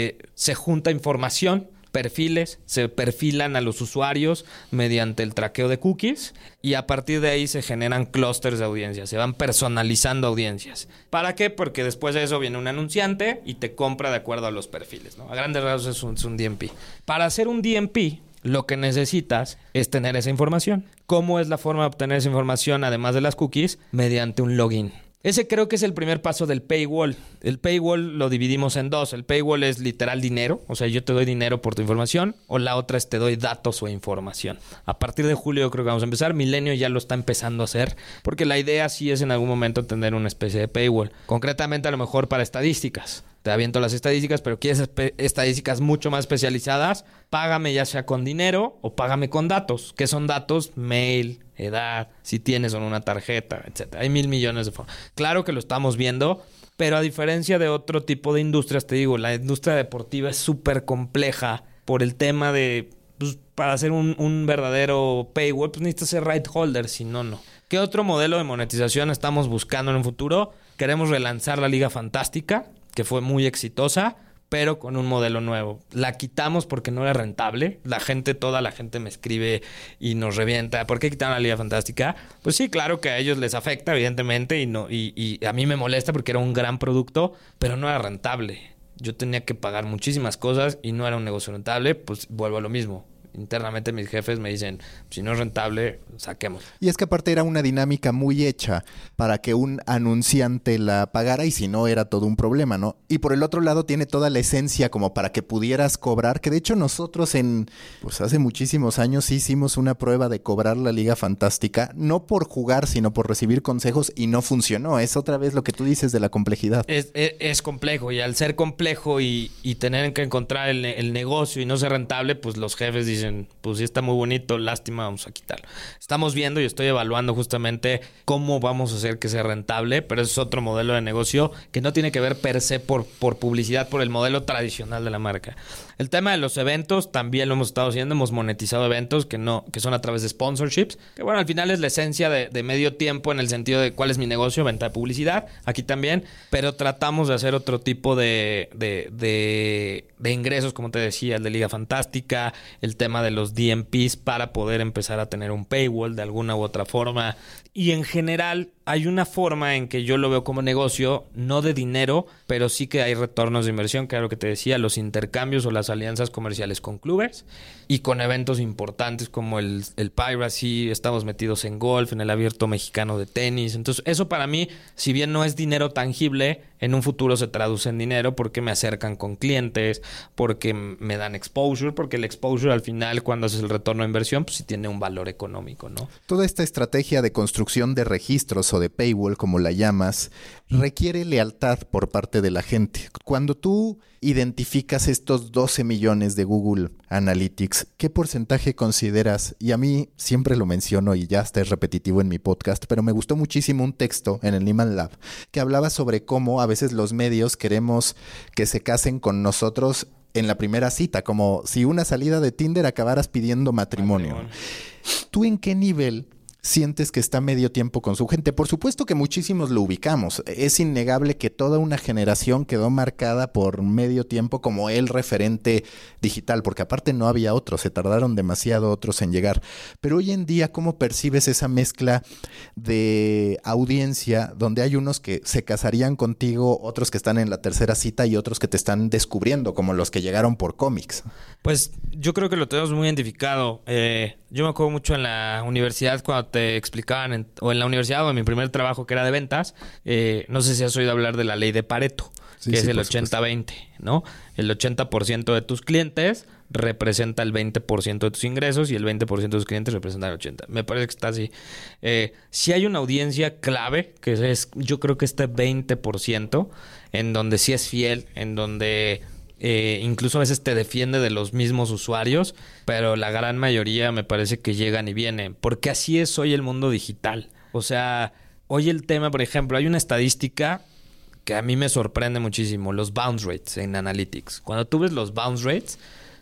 se junta información, perfiles, se perfilan a los usuarios mediante el traqueo de cookies, y a partir de ahí se generan clústeres de audiencias, se van personalizando audiencias. ¿Para qué? Porque después de eso viene un anunciante y te compra de acuerdo a los perfiles, ¿no? A grandes rasgos es un DMP. Para hacer un DMP, lo que necesitas es tener esa información. ¿Cómo es la forma de obtener esa información, además de las cookies? Mediante un login. Ese creo que es el primer paso del paywall. El paywall lo dividimos en dos. El paywall es literal dinero. O sea, yo te doy dinero por tu información. O la otra es te doy datos o información. A partir de julio yo creo que vamos a empezar. Milenio ya lo está empezando a hacer. Porque la idea sí es en algún momento tener una especie de paywall. Concretamente a lo mejor para estadísticas. Te aviento las estadísticas, pero quieres estadísticas mucho más especializadas, págame ya sea con dinero o págame con datos. ¿Qué son datos? Mail, edad, si tienes o no una tarjeta, etc. Hay 1,000 millones de formas. Claro que lo estamos viendo, pero a diferencia de otro tipo de industrias, te digo, la industria deportiva es súper compleja por el tema de, pues, para hacer un verdadero paywall, pues necesitas ser right holder, si no, no. ¿Qué otro modelo de monetización estamos buscando en un futuro? Queremos relanzar la Liga Fantástica, que fue muy exitosa, pero con un modelo nuevo. La quitamos porque no era rentable. Toda la gente me escribe y nos revienta. ¿Por qué quitaron la Liga Fantástica? Pues sí, claro que a ellos les afecta, evidentemente, y a mí me molesta porque era un gran producto, pero no era rentable. Yo tenía que pagar muchísimas cosas y no era un negocio rentable, pues vuelvo a lo mismo. Internamente mis jefes me dicen, si no es rentable, saquemos. Y es que aparte era una dinámica muy hecha para que un anunciante la pagara, y si no era todo un problema, ¿no? Y por el otro lado tiene toda la esencia como para que pudieras cobrar, que de hecho nosotros hace muchísimos años hicimos una prueba de cobrar la Liga Fantástica, no por jugar, sino por recibir consejos, y no funcionó. Es otra vez lo que tú dices de la complejidad. Es complejo, y al ser complejo y tener que encontrar el negocio y no ser rentable, pues los jefes dicen, pues sí está muy bonito, lástima, vamos a quitarlo. Estamos viendo y estoy evaluando justamente cómo vamos a hacer que sea rentable, pero es otro modelo de negocio que no tiene que ver per se por publicidad, por el modelo tradicional de la marca. El tema de los eventos también lo hemos estado haciendo, hemos monetizado eventos que son a través de sponsorships, que bueno, al final es la esencia de Medio Tiempo en el sentido de cuál es mi negocio, venta de publicidad, aquí también, pero tratamos de hacer otro tipo de ingresos, como te decía, el de Liga Fantástica, el tema de los DMPs para poder empezar a tener un paywall de alguna u otra forma. Y en general hay una forma en que yo lo veo como negocio, no de dinero, pero sí que hay retornos de inversión, que era lo que te decía, los intercambios o las alianzas comerciales con clubes y con eventos importantes como el Piracy, estamos metidos en golf, en el Abierto Mexicano de tenis. Entonces, eso para mí, si bien no es dinero tangible, en un futuro se traduce en dinero porque me acercan con clientes, porque me dan exposure, porque el exposure al final, cuando haces el retorno de inversión, pues sí tiene un valor económico, ¿no? Toda esta estrategia de construcción de registros o de paywall, como la llamas, requiere lealtad por parte de la gente. Cuando tú identificas estos 12 millones de Google Analytics, ¿qué porcentaje consideras? Y a mí siempre lo menciono y ya está es repetitivo en mi podcast, pero me gustó muchísimo un texto en el Nieman Lab que hablaba sobre cómo a veces los medios queremos que se casen con nosotros en la primera cita, como si una salida de Tinder acabaras pidiendo matrimonio. ¿Tú en qué nivel sientes que está medio tiempo con su gente? Por supuesto que muchísimos lo ubicamos. Es innegable que toda una generación quedó marcada por medio tiempo como el referente digital, porque aparte no había otros, se tardaron demasiado otros en llegar. Pero hoy en día, ¿cómo percibes esa mezcla de audiencia donde hay unos que se casarían contigo, otros que están en la tercera cita y otros que te están descubriendo, como los que llegaron por cómics? Pues yo creo que lo tenemos muy identificado. Yo me acuerdo mucho en la universidad cuando te explicaban, o en la universidad o en mi primer trabajo que era de ventas, no sé si has oído hablar de la ley de Pareto, que es el 80-20, ¿no? El 80% de tus clientes representa el 20% de tus ingresos y el 20% de tus clientes representa el 80%. Me parece que está así. Si hay una audiencia clave, que es yo creo que este 20%, en donde sí es fiel, en donde incluso a veces te defiende de los mismos usuarios, pero la gran mayoría me parece que llegan y vienen, porque así es hoy el mundo digital. O sea, hoy el tema, por ejemplo, hay una estadística que a mí me sorprende muchísimo, los bounce rates en Analytics. Cuando tú ves los bounce rates,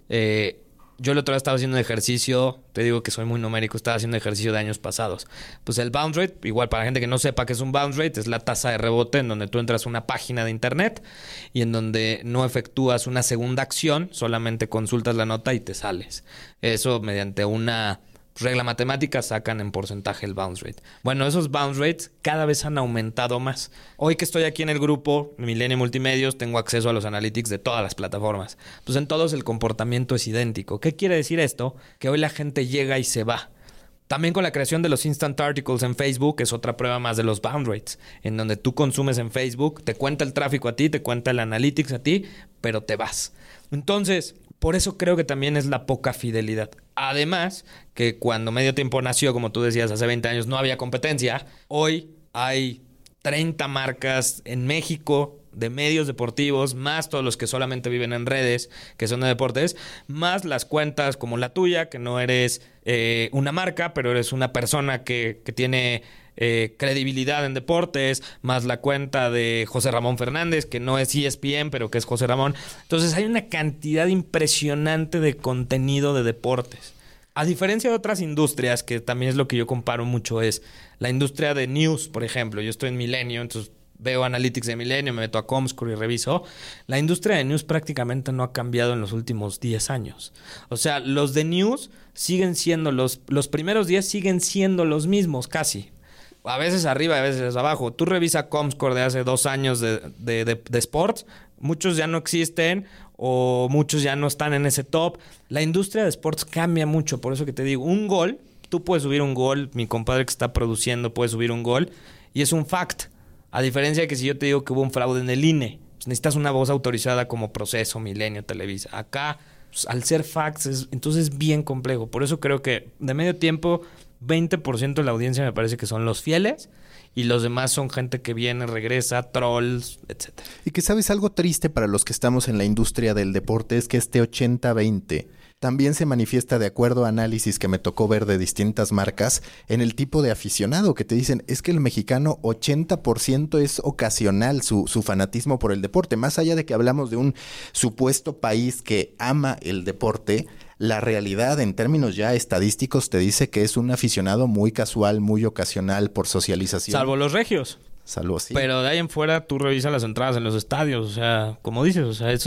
yo el otro día estaba haciendo un ejercicio, te digo que soy muy numérico, estaba haciendo ejercicio de años pasados. Pues el bounce rate, igual para la gente que no sepa qué es un bounce rate, es la tasa de rebote en donde tú entras a una página de internet y en donde no efectúas una segunda acción, solamente consultas la nota y te sales. Eso mediante una regla matemática sacan en porcentaje el bounce rate. Bueno, esos bounce rates cada vez han aumentado más. Hoy que estoy aquí en el grupo Milenio Multimedios, tengo acceso a los analytics de todas las plataformas. Pues en todos el comportamiento es idéntico. ¿Qué quiere decir esto? Que hoy la gente llega y se va. También con la creación de los Instant Articles en Facebook es otra prueba más de los bounce rates, en donde tú consumes en Facebook, te cuenta el tráfico a ti, te cuenta el analytics a ti, pero te vas. Entonces, por eso creo que también es la poca fidelidad. Además, que cuando Medio Tiempo nació, como tú decías, hace 20 años no había competencia. Hoy hay 30 marcas en México de medios deportivos, más todos los que solamente viven en redes, que son de deportes, más las cuentas como la tuya, que no eres una marca, pero eres una persona que tiene credibilidad en deportes, más la cuenta de José Ramón Fernández, que no es ESPN, pero que es José Ramón. Entonces hay una cantidad impresionante de contenido de deportes. A diferencia de otras industrias, que también es lo que yo comparo mucho, es la industria de news, por ejemplo. Yo estoy en Milenio, entonces veo analytics de Milenio, me meto a Comscore y reviso. La industria de news prácticamente no ha cambiado en los últimos 10 años. O sea, los de news siguen siendo, los primeros 10 siguen siendo los mismos casi. A veces arriba, a veces abajo. Tú revisa Comscore de hace 2 años de sports. Muchos ya no existen o muchos ya no están en ese top. La industria de sports cambia mucho. Por eso que te digo, un gol, tú puedes subir un gol. Mi compadre que está produciendo puede subir un gol. Y es un fact. A diferencia de que si yo te digo que hubo un fraude en el INE, pues necesitas una voz autorizada como Proceso, Milenio, Televisa. Acá, pues, al ser facts, entonces es bien complejo. Por eso creo que de Medio Tiempo, 20% de la audiencia me parece que son los fieles y los demás son gente que viene, regresa, trolls, etc. Y que sabes, algo triste para los que estamos en la industria del deporte es que este 80-20 también se manifiesta, de acuerdo a análisis que me tocó ver de distintas marcas, en el tipo de aficionado que te dicen, es que el mexicano 80% es ocasional su fanatismo por el deporte. Más allá de que hablamos de un supuesto país que ama el deporte, la realidad en términos ya estadísticos te dice que es un aficionado muy casual, muy ocasional por socialización. Salvo los regios. Salvo así. Pero de ahí en fuera tú revisas las entradas en los estadios, o sea, como dices, o sea,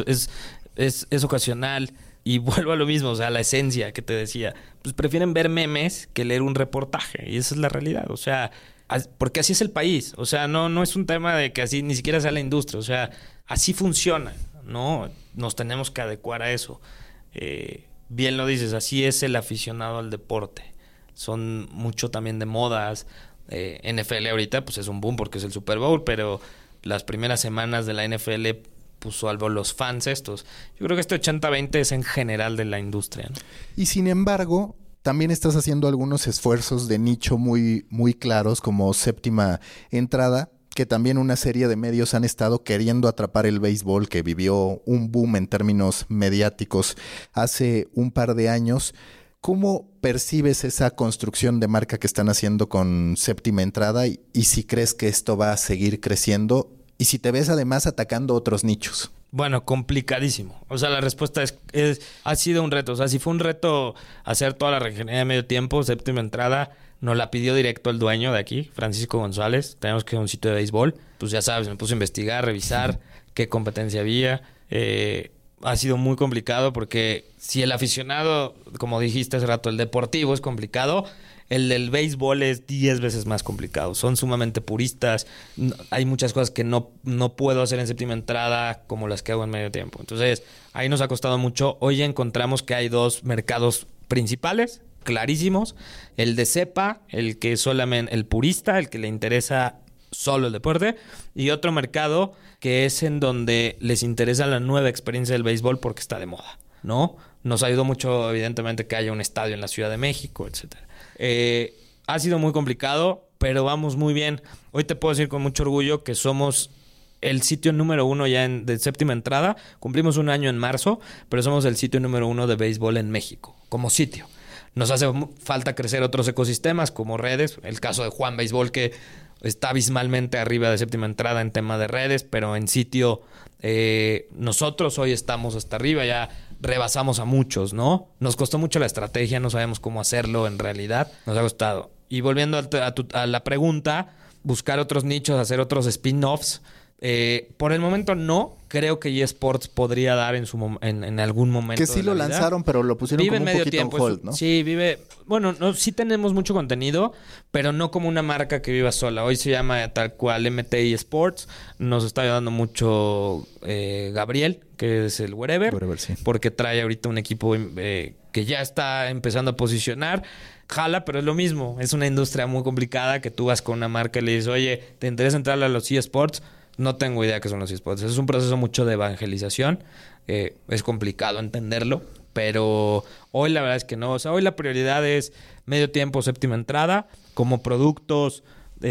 es ocasional. Y vuelvo a lo mismo, o sea, la esencia que te decía. Pues prefieren ver memes que leer un reportaje. Y esa es la realidad. O sea, porque así es el país. O sea, no es un tema de que así ni siquiera sea la industria. O sea, así funciona, ¿no? Nos tenemos que adecuar a eso. Bien lo dices, así es el aficionado al deporte. Son mucho también de modas. NFL ahorita pues es un boom porque es el Super Bowl, pero las primeras semanas de la NFL puso algo los fans estos. Yo creo que este 80-20 es en general de la industria, ¿no? Y sin embargo, también estás haciendo algunos esfuerzos de nicho muy, muy claros, como Séptima Entrada, que también una serie de medios han estado queriendo atrapar el béisbol, que vivió un boom en términos mediáticos hace un par de años. ¿Cómo percibes esa construcción de marca que están haciendo con Séptima Entrada y si crees que esto va a seguir creciendo y si te ves además atacando otros nichos? Bueno, complicadísimo. O sea, la respuesta ha sido un reto. O sea, si fue un reto hacer toda la regenería de medio tiempo, Séptima Entrada, nos la pidió directo el dueño de aquí, Francisco González. Tenemos que ir a un sitio de béisbol. Pues ya sabes, me puse a investigar, revisar qué competencia había. Ha sido muy complicado porque si el aficionado, como dijiste hace rato, el deportivo es complicado, el del béisbol es 10 veces más complicado. Son sumamente puristas. Hay muchas cosas que no puedo hacer en Séptima Entrada como las que hago en medio tiempo. Entonces, ahí nos ha costado mucho. Hoy ya encontramos que hay dos mercados principales, clarísimos. El de cepa, el que es solamente el purista, el que le interesa solo el deporte. Y otro mercado que es en donde les interesa la nueva experiencia del béisbol porque está de moda, ¿no? Nos ayudó mucho, evidentemente, que haya un estadio en la Ciudad de México, etcétera. Ha sido muy complicado, pero vamos muy bien. Hoy te puedo decir con mucho orgullo que somos el sitio número 1 ya de Séptima Entrada. Cumplimos un año en marzo, pero somos el sitio número 1 de béisbol en México, como sitio. Nos hace falta crecer otros ecosistemas como redes. El caso de Juan Béisbol, que está abismalmente arriba de Séptima Entrada en tema de redes, pero en sitio nosotros hoy estamos hasta arriba, ya rebasamos a muchos, ¿no? Nos costó mucho la estrategia, no sabemos cómo hacerlo en realidad, nos ha costado. Y volviendo a la pregunta, buscar otros nichos, hacer otros spin-offs. Por el momento no. Creo que eSports podría dar en algún momento. Que sí lo lanzaron, pero lo pusieron como un poquito en hold, ¿no? Sí, bueno, sí tenemos mucho contenido, pero no como una marca que viva sola. Hoy se llama tal cual MTI Sports. Nos está ayudando mucho Gabriel, que es el Wherever, sí. Porque trae ahorita un equipo que ya está empezando a posicionar. Jala, pero es lo mismo. Es una industria muy complicada que tú vas con una marca y le dices, oye, ¿te interesa entrar a los eSports? No tengo idea qué son los eSports. Es un proceso mucho de evangelización. Es complicado entenderlo, pero hoy la verdad es que no. O sea, hoy la prioridad es medio tiempo, Séptima Entrada, como productos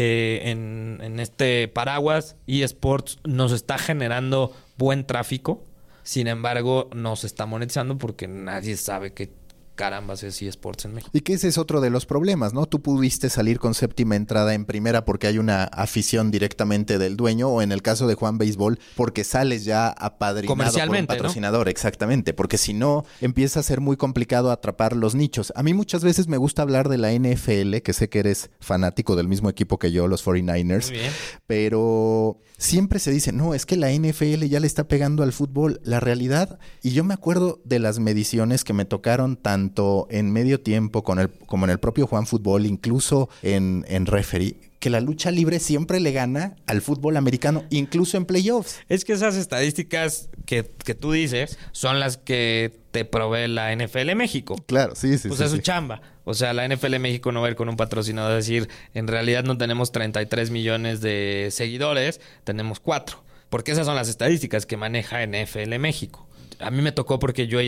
en este paraguas. eSports nos está generando buen tráfico. Sin embargo, no se está monetizando porque nadie sabe qué carambas es eSports en México. Y que ese es otro de los problemas, ¿no? Tú pudiste salir con Séptima Entrada en primera porque hay una afición directamente del dueño, o en el caso de Juan Béisbol, porque sales ya apadrinado por un patrocinador, ¿no? Exactamente, porque si no, empieza a ser muy complicado atrapar los nichos. A mí muchas veces me gusta hablar de la NFL, que sé que eres fanático del mismo equipo que yo, los 49ers, Muy bien. Pero siempre se dice, no, es que la NFL ya le está pegando al fútbol. La realidad, y yo me acuerdo de las mediciones que me tocaron tanto en medio tiempo como en el propio Juan Fútbol, incluso en Referee, que la lucha libre siempre le gana al fútbol americano, incluso en playoffs. Es que esas estadísticas que tú dices son las que te provee la NFL México. Claro, sí. Pues es su chamba. O sea, la NFL México no va a ir con un patrocinador a decir, en realidad no tenemos 33 millones de seguidores, tenemos 4. Porque esas son las estadísticas que maneja NFL México. A mí me tocó porque tuve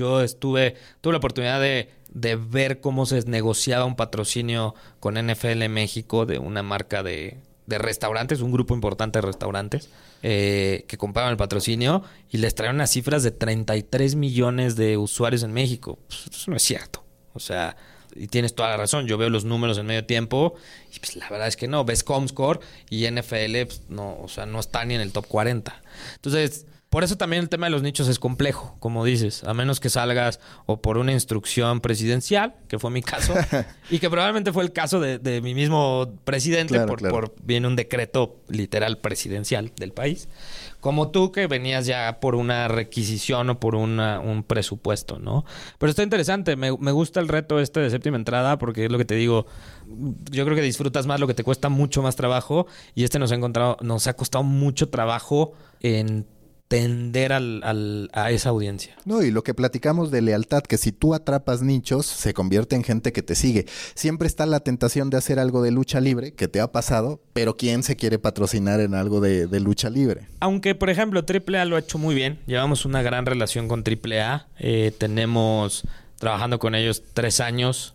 la oportunidad de ver cómo se negociaba un patrocinio con NFL México de una marca de restaurantes, un grupo importante de restaurantes que compraban el patrocinio y les traían unas cifras de 33 millones de usuarios en México. Pues, eso no es cierto. O sea, y tienes toda la razón. Yo veo los números en medio tiempo y pues la verdad es que no. Ves Comscore y NFL, pues, no, o sea, no está ni en el top 40. Entonces, Por eso también el tema de los nichos es complejo, como dices, a menos que salgas o por una instrucción presidencial, que fue mi caso, y que probablemente fue el caso de mi mismo presidente, por viene un decreto literal presidencial del país, como tú que venías ya por una requisición o por un presupuesto, ¿no? Pero está interesante, me gusta el reto de séptima entrada, porque es lo que te digo, yo creo que disfrutas más lo que te cuesta mucho más trabajo, y nos ha costado mucho trabajo en tender a esa audiencia. No, y lo que platicamos de lealtad, que si tú atrapas nichos, se convierte en gente que te sigue. Siempre está la tentación de hacer algo de lucha libre, que te ha pasado, pero ¿quién se quiere patrocinar en algo de lucha libre? Aunque, por ejemplo, AAA lo ha hecho muy bien. Llevamos una gran relación con AAA. Tenemos trabajando con ellos 3 años.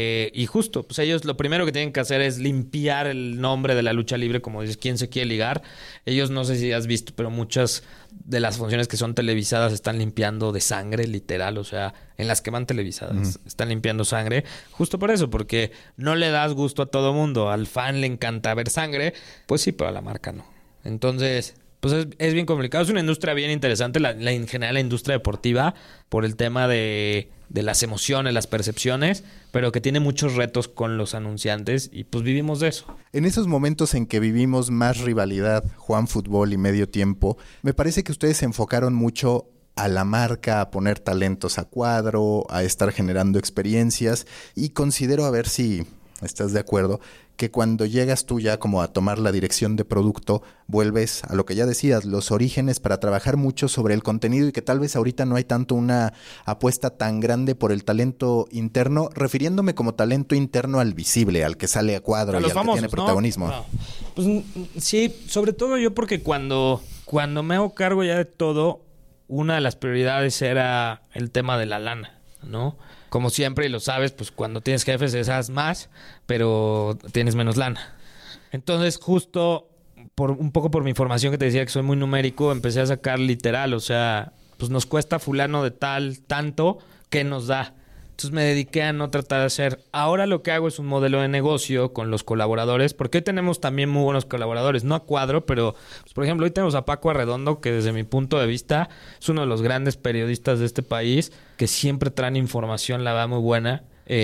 Y justo, pues ellos lo primero que tienen que hacer es limpiar el nombre de la lucha libre, como dices, ¿quién se quiere ligar? Ellos, no sé si has visto, pero muchas de las funciones que son televisadas están limpiando de sangre, literal, o sea, en las que van televisadas, están limpiando sangre, justo por eso, porque no le das gusto a todo mundo, al fan le encanta ver sangre, pues sí, pero a la marca no. Entonces, pues es bien complicado, es una industria bien interesante, en general la industria deportiva, por el tema de las emociones, las percepciones, pero que tiene muchos retos con los anunciantes y pues vivimos de eso. En esos momentos en que vivimos más rivalidad, Juan Fútbol y Medio Tiempo, me parece que ustedes se enfocaron mucho a la marca, a poner talentos a cuadro, a estar generando experiencias, y considero, a ver si estás de acuerdo, que cuando llegas tú ya como a tomar la dirección de producto, vuelves a lo que ya decías, los orígenes, para trabajar mucho sobre el contenido, y que tal vez ahorita no hay tanto una apuesta tan grande por el talento interno, refiriéndome como talento interno al visible, al que sale a cuadro y al famosos, que tiene protagonismo. ¿No? Pues sí, sobre todo yo, porque cuando me hago cargo ya de todo, una de las prioridades era el tema de la lana, ¿no? Como siempre, y lo sabes, pues cuando tienes jefes esas más, pero tienes menos lana. Entonces, justo un poco por mi formación, que te decía que soy muy numérico, empecé a sacar literal, o sea, pues nos cuesta fulano de tal, tanto, ¿qué nos da? Entonces me dediqué a no tratar de hacer. Ahora lo que hago es un modelo de negocio con los colaboradores, porque hoy tenemos también muy buenos colaboradores, no a cuadro, pero pues, por ejemplo, hoy tenemos a Paco Arredondo, que desde mi punto de vista es uno de los grandes periodistas de este país, que siempre traen información, la verdad, muy buena.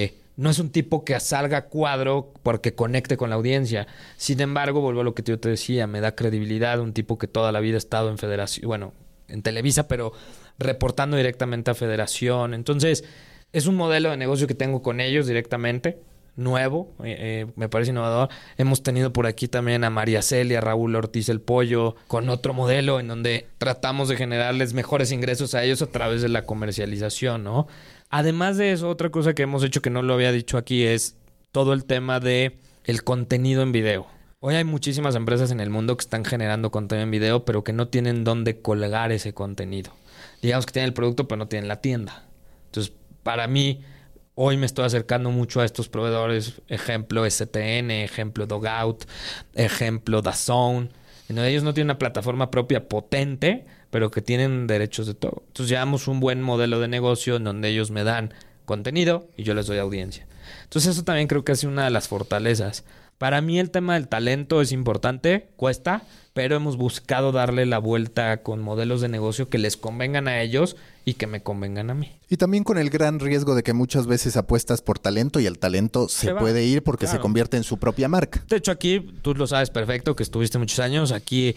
No es un tipo que salga a cuadro porque conecte con la audiencia. Sin embargo, vuelvo a lo que yo te decía, me da credibilidad, un tipo que toda la vida ha estado en Federación, bueno, en Televisa, pero reportando directamente a Federación. Entonces, es un modelo de negocio que tengo con ellos directamente, nuevo, me parece innovador. Hemos tenido por aquí también a María Celia, Raúl Ortiz el Pollo, con otro modelo en donde tratamos de generarles mejores ingresos a ellos a través de la comercialización, ¿no? Además de eso, otra cosa que hemos hecho que no lo había dicho aquí es todo el tema de el contenido en video. Hoy hay muchísimas empresas en el mundo que están generando contenido en video, pero que no tienen dónde colgar ese contenido. Digamos que tienen el producto, pero no tienen la tienda. Entonces, para mí, hoy me estoy acercando mucho a estos proveedores, ejemplo STN, ejemplo Dogout, ejemplo DAZN, en donde ellos no tienen una plataforma propia potente, pero que tienen derechos de todo. Entonces llevamos un buen modelo de negocio en donde ellos me dan contenido y yo les doy audiencia. Entonces eso también creo que es una de las fortalezas. Para mí el tema del talento es importante, cuesta, pero hemos buscado darle la vuelta con modelos de negocio que les convengan a ellos y que me convengan a mí. Y también con el gran riesgo de que muchas veces apuestas por talento y el talento se puede ir porque se convierte en su propia marca. De hecho, aquí, tú lo sabes perfecto, que estuviste muchos años, aquí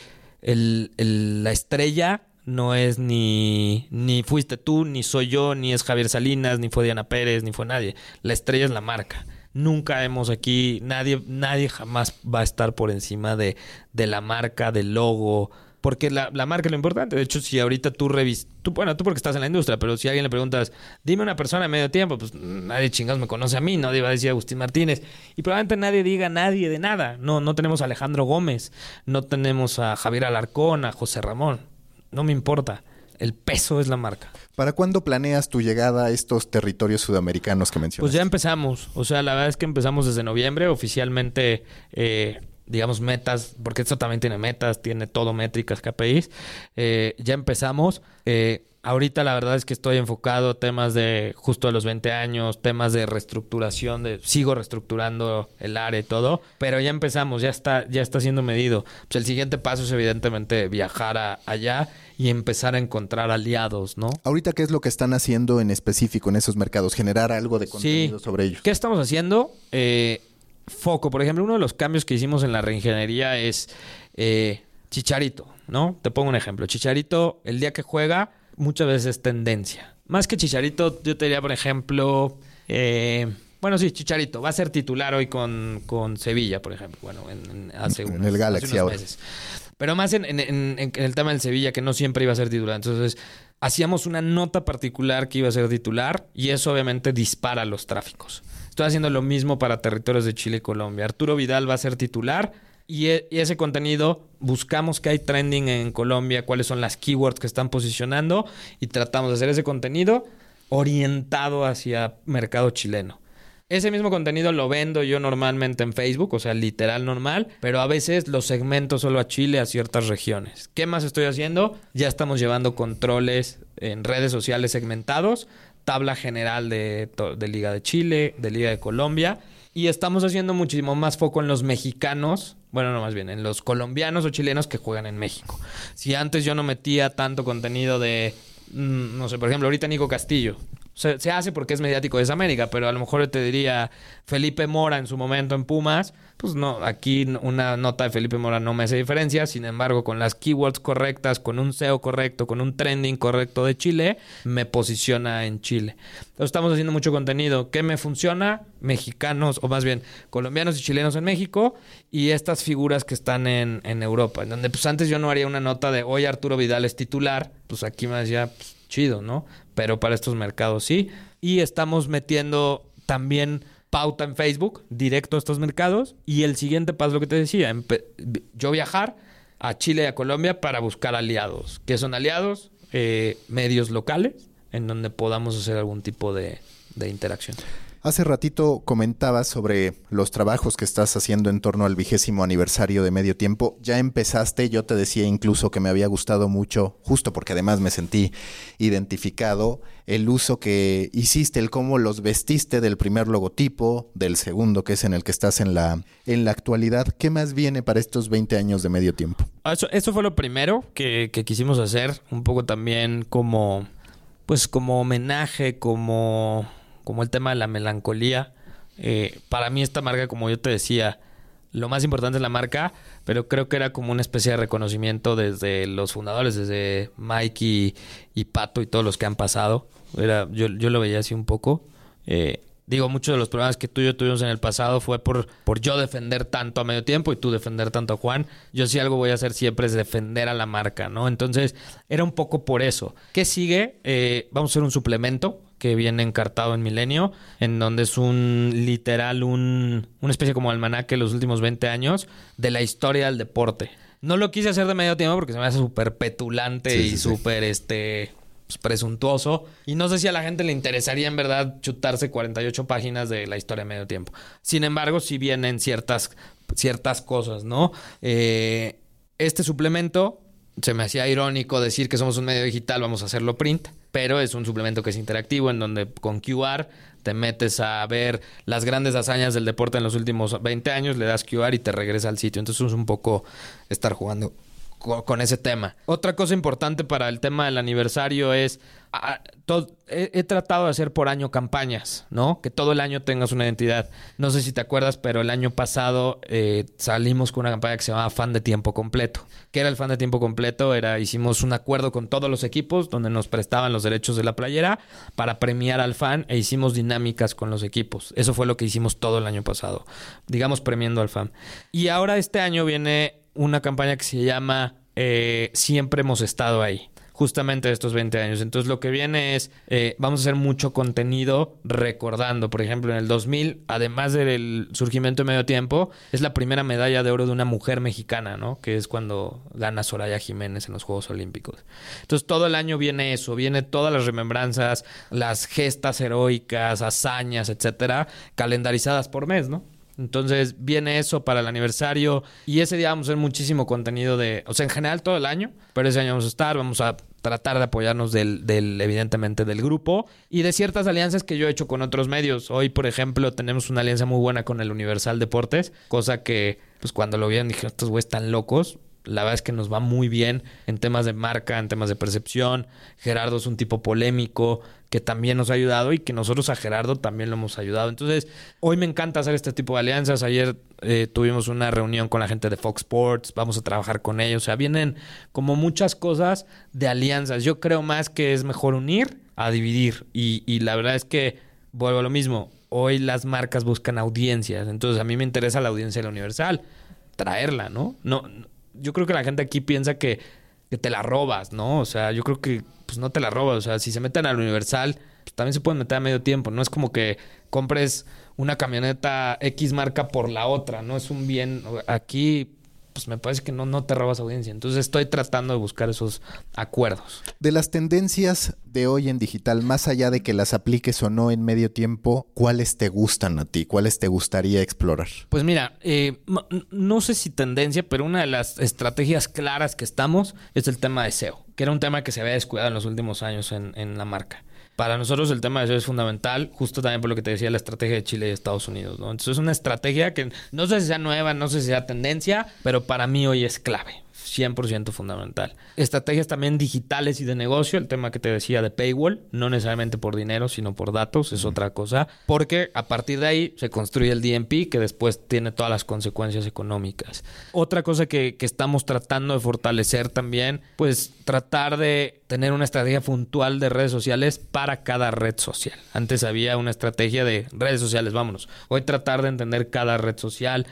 la estrella no es ni fuiste tú, ni soy yo, ni es Javier Salinas, ni fue Diana Pérez, ni fue nadie. La estrella es la marca. Nunca hemos aquí, nadie jamás va a estar por encima de la marca, del logo, porque la marca es lo importante. De hecho, si ahorita tú porque estás en la industria, pero si a alguien le preguntas, dime una persona de Medio Tiempo, pues nadie chingados me conoce a mí, nadie va a decir Agustín Martínez, y probablemente nadie diga nadie de nada. No tenemos a Alejandro Gómez, no tenemos a Javier Alarcón, a José Ramón, no me importa. El peso es la marca. ¿Para cuándo planeas tu llegada a estos territorios sudamericanos que mencionas? Pues ya empezamos. O sea, la verdad es que empezamos desde noviembre. Oficialmente, digamos, metas, porque esto también tiene metas, tiene todo métricas, KPIs. Ya empezamos. Ahorita la verdad es que estoy enfocado a temas de justo de los 20 años, temas de reestructuración, sigo reestructurando el área y todo, pero ya empezamos, ya está siendo medido. Pues el siguiente paso es evidentemente viajar allá y empezar a encontrar aliados, ¿no? Ahorita, ¿qué es lo que están haciendo en específico en esos mercados? Generar algo de contenido sobre ellos. ¿Qué estamos haciendo? Foco. Por ejemplo, uno de los cambios que hicimos en la reingeniería es Chicharito, ¿no? Te pongo un ejemplo. Chicharito, el día que juega, muchas veces es tendencia. Más que Chicharito, yo te diría, por ejemplo... Chicharito va a ser titular hoy con Sevilla, por ejemplo. Bueno, en el Galaxy ahora. Meses. Pero más en el tema del Sevilla, que no siempre iba a ser titular. Entonces, hacíamos una nota particular que iba a ser titular y eso obviamente dispara los tráficos. Estoy haciendo lo mismo para territorios de Chile y Colombia. Arturo Vidal va a ser titular y ese contenido buscamos que hay trending en Colombia, cuáles son las keywords que están posicionando y tratamos de hacer ese contenido orientado hacia mercado chileno. Ese mismo contenido lo vendo yo normalmente en Facebook, o sea, literal normal, pero a veces lo segmento solo a Chile, a ciertas regiones. ¿Qué más estoy haciendo? Ya estamos llevando controles en redes sociales segmentados, tabla general de Liga de Chile, de Liga de Colombia, y estamos haciendo muchísimo más foco en los mexicanos, en los colombianos o chilenos que juegan en México. Si antes yo no metía tanto contenido de, por ejemplo, ahorita Nico Castillo, se hace porque es mediático de América, pero a lo mejor te diría Felipe Mora en su momento en Pumas, pues no, aquí una nota de Felipe Mora no me hace diferencia, sin embargo, con las keywords correctas, con un SEO correcto, con un trending correcto de Chile, me posiciona en Chile. Entonces estamos haciendo mucho contenido. ¿Qué me funciona? Mexicanos, o más bien colombianos y chilenos en México, y estas figuras que están en Europa, en donde pues antes yo no haría una nota de hoy Arturo Vidal es titular, pues aquí me decía, pues, chido, ¿no? Pero para estos mercados sí. Y estamos metiendo también pauta en Facebook, directo a estos mercados. Y el siguiente paso, lo que te decía, yo viajar a Chile y a Colombia para buscar aliados. ¿Qué son aliados? Medios locales en donde podamos hacer algún tipo de interacción. Hace ratito comentabas sobre los trabajos que estás haciendo en torno al 20º aniversario de Medio Tiempo. Ya empezaste, yo te decía incluso que me había gustado mucho, justo porque además me sentí identificado, el uso que hiciste, el cómo los vestiste del primer logotipo, del segundo, que es en el que estás en la actualidad. ¿Qué más viene para estos 20 años de Medio Tiempo? Eso fue lo primero que quisimos hacer, un poco también como homenaje, como el tema de la melancolía. Para mí esta marca, como yo te decía, lo más importante es la marca, pero creo que era como una especie de reconocimiento desde los fundadores, desde Mike y Pato y todos los que han pasado. Yo lo veía así un poco. Muchos de los problemas que tú y yo tuvimos en el pasado fue por yo defender tanto a Medio Tiempo y tú defender tanto a Juan. Yo sí algo voy a hacer siempre es defender a la marca, ¿no? Entonces, era un poco por eso. ¿Qué sigue? Vamos a hacer un suplemento que viene encartado en Milenio, en donde es una especie como almanaque los últimos 20 años de la historia del deporte. No lo quise hacer de Medio Tiempo porque se me hace súper petulante y súper presuntuoso. Y no sé si a la gente le interesaría en verdad chutarse 48 páginas de la historia de Medio Tiempo. Sin embargo, sí vienen ciertas cosas, ¿no? Este suplemento, se me hacía irónico decir que somos un medio digital, vamos a hacerlo print, pero es un suplemento que es interactivo, en donde con QR te metes a ver las grandes hazañas del deporte en los últimos 20 años, le das QR y te regresa al sitio. Entonces es un poco estar jugando con ese tema. Otra cosa importante para el tema del aniversario es he tratado de hacer por año campañas, ¿no? Que todo el año tengas una identidad. No sé si te acuerdas, pero el año pasado salimos con una campaña que se llamaba Fan de Tiempo Completo. ¿Qué era el Fan de Tiempo Completo? Hicimos un acuerdo con todos los equipos donde nos prestaban los derechos de la playera para premiar al fan e hicimos dinámicas con los equipos. Eso fue lo que hicimos todo el año pasado, digamos premiando al fan. Y ahora este año viene una campaña que se llama Siempre hemos estado ahí, justamente de estos 20 años. Entonces lo que viene es, vamos a hacer mucho contenido recordando, por ejemplo, en el 2000, además del surgimiento de Medio Tiempo, es la primera medalla de oro de una mujer mexicana, ¿no? Que es cuando gana Soraya Jiménez en los Juegos Olímpicos. Entonces todo el año viene eso, viene todas las remembranzas, las gestas heroicas, hazañas, etcétera, calendarizadas por mes, ¿no? Entonces viene eso para el aniversario y ese día vamos a hacer muchísimo contenido en general todo el año, pero ese año vamos a tratar de apoyarnos evidentemente del grupo y de ciertas alianzas que yo he hecho con otros medios. Hoy, por ejemplo, tenemos una alianza muy buena con el Universal Deportes, cosa que pues cuando lo vieron dije, estos güeyes están locos. La verdad es que nos va muy bien en temas de marca, en temas de percepción. Gerardo es un tipo polémico que también nos ha ayudado y que nosotros a Gerardo también lo hemos ayudado. Entonces, hoy me encanta hacer este tipo de alianzas. Ayer tuvimos una reunión con la gente de Fox Sports. Vamos a trabajar con ellos. O sea, vienen como muchas cosas de alianzas. Yo creo más que es mejor unir a dividir. Y la verdad es que vuelvo a lo mismo. Hoy las marcas buscan audiencias. Entonces, a mí me interesa la audiencia de la Universal. Traerla, ¿no? Yo creo que la gente aquí piensa que te la robas, ¿no? O sea, yo creo que pues no te la robas. O sea, si se meten al Universal, pues también se pueden meter a medio tiempo. No es como que compres una camioneta X marca por la otra, ¿no? Es un bien. Aquí, pues me parece que no te robas audiencia. Entonces estoy tratando de buscar esos acuerdos. De las tendencias de hoy en digital, más allá de que las apliques o no en medio tiempo, ¿cuáles te gustan a ti? ¿Cuáles te gustaría explorar? Pues mira, no sé si tendencia, pero una de las estrategias claras que estamos es el tema de SEO, que era un tema que se había descuidado en los últimos años en la marca. Para nosotros el tema de SEO es fundamental, justo también por lo que te decía, la estrategia de Chile y Estados Unidos, ¿no? Entonces es una estrategia que no sé si sea nueva, no sé si sea tendencia, pero para mí hoy es clave. 100% fundamental. Estrategias también digitales y de negocio, el tema que te decía de paywall, no necesariamente por dinero, sino por datos, es otra cosa, porque a partir de ahí se construye el DMP que después tiene todas las consecuencias económicas. Otra cosa que estamos tratando de fortalecer también, pues tratar de tener una estrategia puntual de redes sociales para cada red social. Antes había una estrategia de redes sociales, vámonos. Hoy tratar de entender cada red social,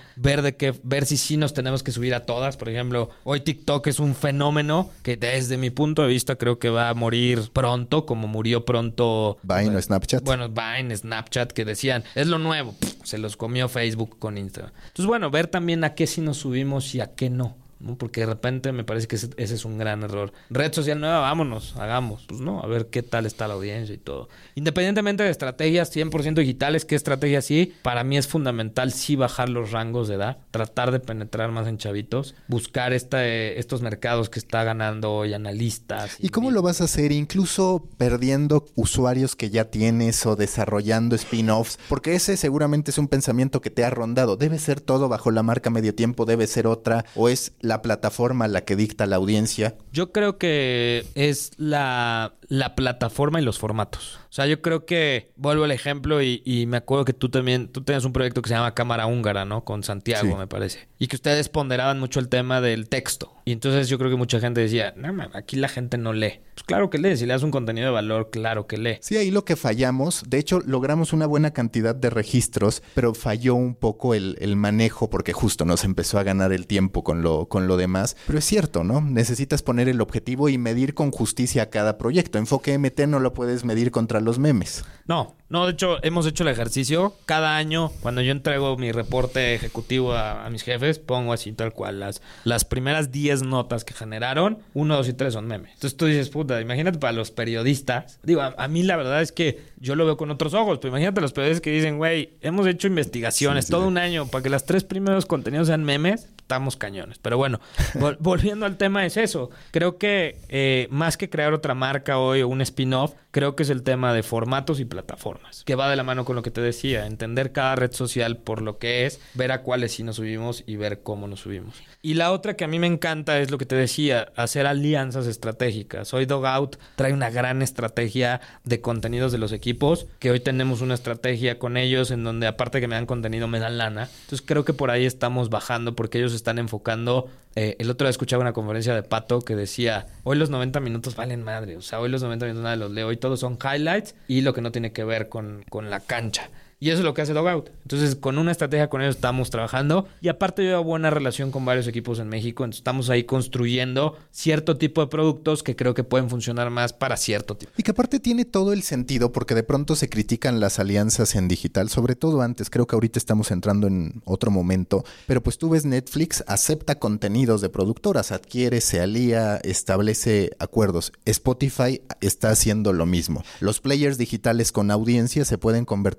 ver si sí nos tenemos que subir a todas. Por ejemplo, hoy TikTok es un fenómeno que desde mi punto de vista creo que va a morir pronto, como murió pronto Vine o Snapchat. Bueno, Vine, Snapchat, que decían, es lo nuevo. Se los comió Facebook con Instagram. Entonces, bueno, ver también a qué sí nos subimos y a qué no. ¿No? Porque de repente me parece que ese es un gran error. Red social nueva, vámonos, hagamos. Pues no, a ver qué tal está la audiencia y todo. Independientemente de estrategias 100% digitales, ¿qué estrategia sí? Para mí es fundamental sí bajar los rangos de edad, tratar de penetrar más en chavitos, buscar estos mercados que está ganando hoy analistas. ¿Y cómo lo vas a hacer? Incluso perdiendo usuarios que ya tienes o desarrollando spin-offs, porque ese seguramente es un pensamiento que te ha rondado. ¿Debe ser todo bajo la marca Medio Tiempo? ¿Debe ser otra? ¿O es la plataforma la que dicta la audiencia? Yo creo que es la plataforma y los formatos. O sea, yo creo que vuelvo al ejemplo y me acuerdo que tú tenías un proyecto que se llama Cámara Húngara, ¿no? Con Santiago, sí, me parece. Y que ustedes ponderaban mucho el tema del texto. Y entonces yo creo que mucha gente decía, no, aquí la gente no lee. Pues claro que lee. Si le das un contenido de valor, claro que lee. Sí, ahí lo que fallamos, de hecho, logramos una buena cantidad de registros, pero falló un poco el manejo porque justo nos empezó a ganar el tiempo con lo demás. Pero es cierto, ¿no? Necesitas poner el objetivo y medir con justicia cada proyecto. Enfoque MT no lo puedes medir contra los memes. No, de hecho, hemos hecho el ejercicio. Cada año, cuando yo entrego mi reporte ejecutivo a mis jefes, pongo así tal cual. Las primeras 10 notas que generaron, 1, 2 y 3 son memes. Entonces tú dices, puta, imagínate para los periodistas. Digo, a mí la verdad es que yo lo veo con otros ojos, pero imagínate los periodistas que dicen, güey, hemos hecho investigaciones todo un año para que los 3 primeros contenidos sean memes. Estamos cañones. Pero bueno, volviendo al tema es eso. Creo que más que crear otra marca hoy o un spin-off, creo que es el tema de formatos y plataformas. Que va de la mano con lo que te decía. Entender cada red social por lo que es, ver a cuáles sí nos subimos y ver cómo nos subimos. Y la otra que a mí me encanta es lo que te decía, hacer alianzas estratégicas. Hoy Dogout trae una gran estrategia de contenidos de los equipos, que hoy tenemos una estrategia con ellos en donde aparte que me dan contenido, me dan lana. Entonces creo que por ahí estamos bajando porque ellos están enfocando. El otro día escuchaba una conferencia de Pato que decía, hoy los 90 minutos valen madre. O sea, hoy los 90 minutos nadie los lee. Hoy todos son highlights y lo que no tiene que ver con la cancha. Y eso es lo que hace Dogout. Entonces, con una estrategia con ellos estamos trabajando. Y aparte yo tengo buena relación con varios equipos en México. Entonces, estamos ahí construyendo cierto tipo de productos que creo que pueden funcionar más para cierto tipo. Y que aparte tiene todo el sentido porque de pronto se critican las alianzas en digital. Sobre todo antes. Creo que ahorita estamos entrando en otro momento. Pero pues tú ves Netflix acepta contenidos de productoras. Adquiere, se alía, establece acuerdos. Spotify está haciendo lo mismo. Los players digitales con audiencia se pueden convertir justo en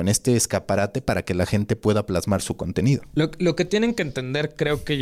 en este escaparate para que la gente pueda plasmar su contenido. Lo que tienen que entender, creo que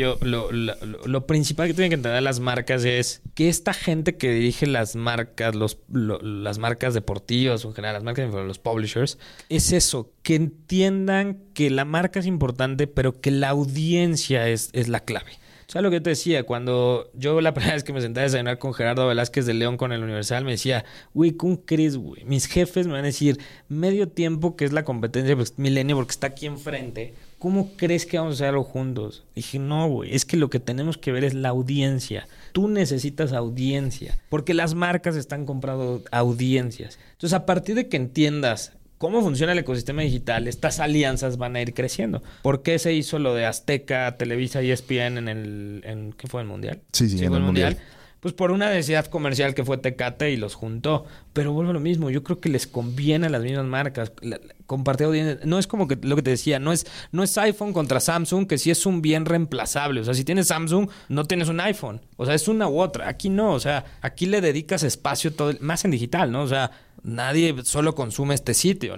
lo principal que tienen que entender las marcas es que esta gente que dirige las marcas, las marcas deportivas o en general las marcas, los publishers, es eso, que entiendan que la marca es importante, pero que la audiencia es la clave. O sea, lo que yo te decía, cuando yo la primera vez que me senté a desayunar con Gerardo Velázquez de León con el Universal, me decía, güey, ¿cómo crees, güey? Mis jefes me van a decir, medio tiempo, que es la competencia pues, Milenio, porque está aquí enfrente, ¿cómo crees que vamos a hacerlo juntos? Dije, no, güey, es que lo que tenemos que ver es la audiencia. Tú necesitas audiencia, porque las marcas están comprando audiencias. Entonces, a partir de que entiendas cómo funciona el ecosistema digital, estas alianzas van a ir creciendo. ¿Por qué se hizo lo de Azteca, Televisa y ESPN ¿qué fue el Mundial? Sí, en el Mundial. Pues por una necesidad comercial que fue Tecate y los juntó. Pero vuelvo a lo mismo. Yo creo que les conviene a las mismas marcas compartir audiencia. No es como que lo que te decía. No es iPhone contra Samsung, que sí es un bien reemplazable. O sea, si tienes Samsung, no tienes un iPhone. O sea, es una u otra. Aquí no. O sea, aquí le dedicas espacio todo, más en digital, ¿no? O sea, nadie solo consume este sitio.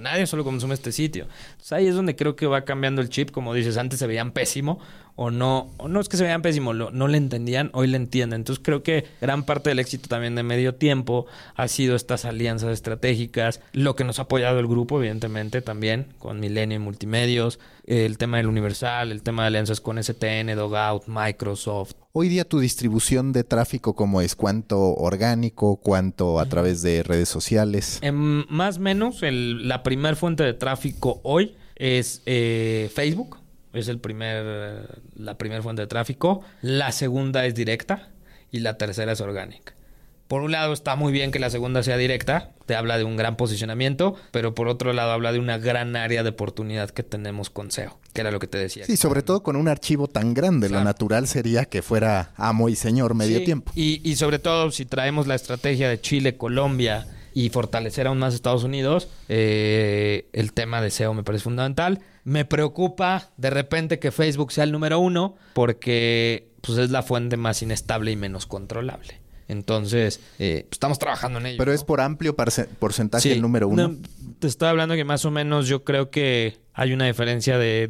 Entonces ahí es donde creo que va cambiando el chip. Como dices, antes se veían pésimo. O no es que se vean pésimo, no le entendían, hoy le entienden. Entonces creo que gran parte del éxito también de Medio Tiempo ha sido estas alianzas estratégicas, lo que nos ha apoyado el grupo, evidentemente, también, con Milenio y Multimedios, el tema del Universal, el tema de alianzas con STN, Dogout, Microsoft. Hoy día tu distribución de tráfico, ¿cómo es? ¿Cuánto orgánico? ¿Cuánto a través de redes sociales? Más o menos, la primer fuente de tráfico hoy es Facebook. Es la primera fuente de tráfico. La segunda es directa y la tercera es orgánica. Por un lado está muy bien que la segunda sea directa, te habla de un gran posicionamiento, pero por otro lado habla de una gran área de oportunidad que tenemos con SEO, que era lo que te decía. Sí, sobre todo con un archivo tan grande, claro. Lo natural sería que fuera amo y señor Medio Tiempo. Y sobre todo si traemos la estrategia de Chile, Colombia y fortalecer aún más Estados Unidos, el tema de SEO me parece fundamental. Me preocupa de repente que Facebook sea el número 1 porque pues, es la fuente más inestable y menos controlable. Entonces, estamos trabajando en ello. Pero ¿no? Es por amplio porcentaje el número 1. No, te estoy hablando que más o menos yo creo que hay una diferencia de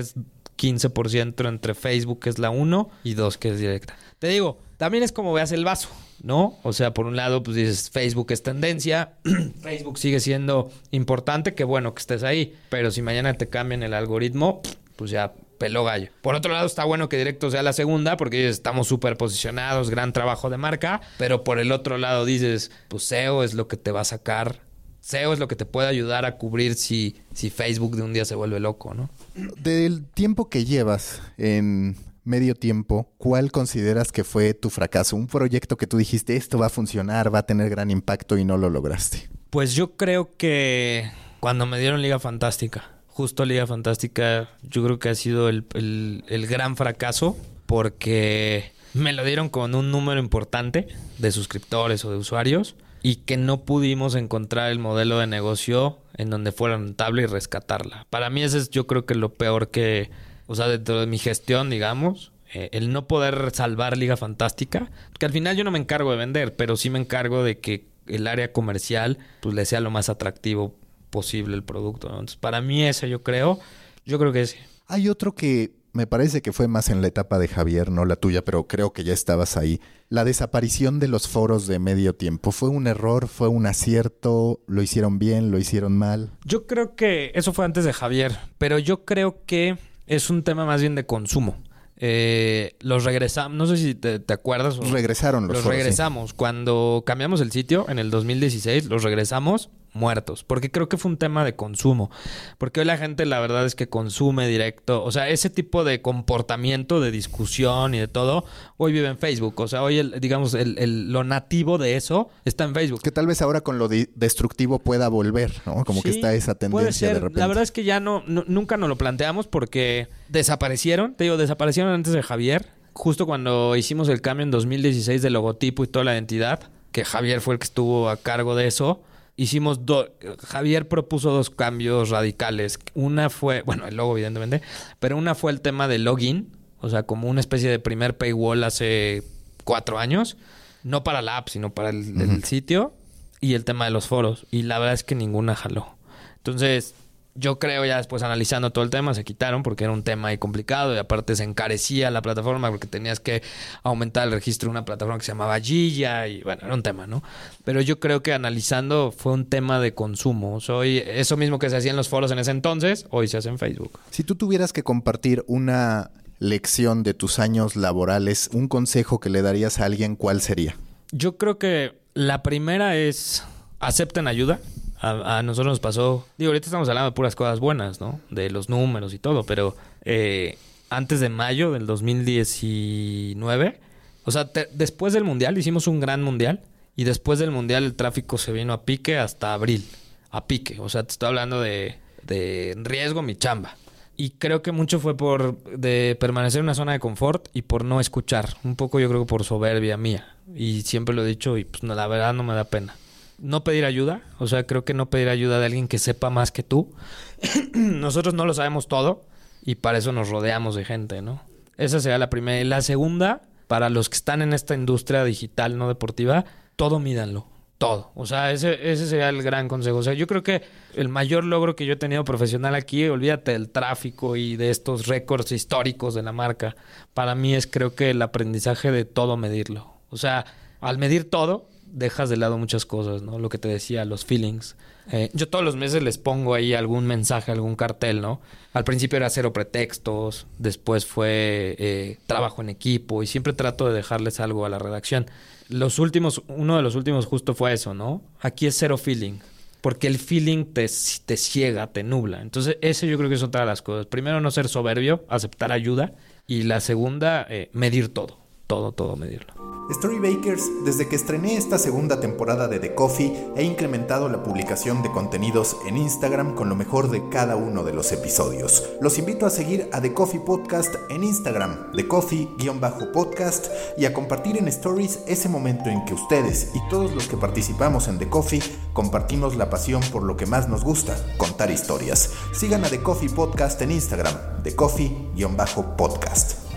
10-15% entre Facebook, que es la 1, y 2, que es directa. Te digo, también es como veas el vaso, ¿no? O sea, por un lado, pues dices, Facebook es tendencia, Facebook sigue siendo importante, qué bueno que estés ahí, pero si mañana te cambian el algoritmo, pues ya peló gallo. Por otro lado, está bueno que directo sea la segunda, porque dices, estamos súper posicionados, gran trabajo de marca, pero por el otro lado dices, pues SEO es lo que te va a sacar, SEO es lo que te puede ayudar a cubrir si Facebook de un día se vuelve loco, ¿no? Del tiempo que llevas en Medio Tiempo, ¿cuál consideras que fue tu fracaso? Un proyecto que tú dijiste, esto va a funcionar, va a tener gran impacto y no lo lograste. Pues yo creo que cuando me dieron Liga Fantástica, justo Liga Fantástica, yo creo que ha sido el gran fracaso porque me lo dieron con un número importante de suscriptores o de usuarios y que no pudimos encontrar el modelo de negocio en donde fuera rentable y rescatarla. Para mí ese es yo creo que lo peor que... O sea, dentro de mi gestión, digamos, el no poder salvar Liga Fantástica, que al final yo no me encargo de vender, pero sí me encargo de que el área comercial pues le sea lo más atractivo posible el producto, ¿no? Entonces, para mí ese yo creo que ese. Hay otro que me parece que fue más en la etapa de Javier, no la tuya, pero creo que ya estabas ahí. La desaparición de los foros de Medio Tiempo. ¿Fue un error? ¿Fue un acierto? ¿Lo hicieron bien? ¿Lo hicieron mal? Yo creo que eso fue antes de Javier, pero yo creo que es un tema más bien de consumo. Los regresamos, no sé si te acuerdas. Regresaron los foros. Regresamos. Sí. Cuando cambiamos el sitio en el 2016, los regresamos muertos. Porque creo que fue un tema de consumo. Porque hoy la gente, la verdad es que consume directo. O sea, ese tipo de comportamiento, de discusión y de todo, hoy vive en Facebook. O sea, hoy, lo nativo de eso está en Facebook. Que tal vez ahora con lo destructivo pueda volver, ¿no? Como sí, que está esa tendencia puede ser. De repente. La verdad es que ya nunca nos lo planteamos porque desaparecieron. Te digo, desaparecieron antes de Javier. Justo cuando hicimos el cambio en 2016 del logotipo y toda la identidad, que Javier fue el que estuvo a cargo de eso. Javier propuso 2 cambios radicales. Una fue, bueno, el logo evidentemente, pero una fue el tema del login, o sea, como una especie de primer paywall hace 4 años, no para la app, sino para el sitio, y el tema de los foros. Y la verdad es que ninguna jaló. Entonces, Yo creo ya después analizando todo el tema se quitaron porque era un tema ahí complicado y aparte se encarecía la plataforma porque tenías que aumentar el registro de una plataforma que se llamaba Gilla y bueno, era un tema, ¿no? Pero yo creo que analizando fue un tema de consumo. Hoy eso mismo que se hacía en los foros en ese entonces, hoy se hace en Facebook. Si tú tuvieras que compartir una lección de tus años laborales, un consejo que le darías a alguien, ¿cuál sería? Yo creo que la primera es acepten ayuda. A nosotros nos pasó... Digo, ahorita estamos hablando de puras cosas buenas, ¿no? De los números y todo, pero antes de mayo del 2019... O sea, después del Mundial, hicimos un gran Mundial. Y después del Mundial el tráfico se vino a pique hasta abril. A pique. O sea, te estoy hablando de riesgo mi chamba. Y creo que mucho fue de permanecer en una zona de confort y por no escuchar. Un poco yo creo que por soberbia mía. Y siempre lo he dicho y pues la verdad no me da pena. No pedir ayuda, o sea, creo que no pedir ayuda de alguien que sepa más que tú. Nosotros no lo sabemos todo y para eso nos rodeamos de gente, ¿no? Esa sería la primera. Y la segunda, para los que están en esta industria digital, no deportiva, todo mídanlo, todo. O sea, ese sería el gran consejo. O sea, yo creo que el mayor logro que yo he tenido profesional aquí, olvídate del tráfico y de estos récords históricos de la marca, para mí es creo que el aprendizaje de todo medirlo. O sea, al medir todo... dejas de lado muchas cosas, ¿no? Lo que te decía, los feelings. Yo todos los meses les pongo ahí algún mensaje, algún cartel, ¿no? Al principio era 0 pretextos, después fue trabajo en equipo y siempre trato de dejarles algo a la redacción. Uno de los últimos justo fue eso, ¿no? Aquí es 0 feeling, porque el feeling te ciega, te nubla. Entonces, ese yo creo que es otra de las cosas. Primero, no ser soberbio, aceptar ayuda. Y la segunda, medir todo. Todo medirlo. Storybakers, desde que estrené esta segunda temporada de The Coffee, he incrementado la publicación de contenidos en Instagram con lo mejor de cada uno de los episodios. Los invito a seguir a The Coffee Podcast en Instagram, The Coffee_podcast, y a compartir en Stories ese momento en que ustedes y todos los que participamos en The Coffee compartimos la pasión por lo que más nos gusta, contar historias. Sigan a The Coffee Podcast en Instagram, The Coffee_podcast.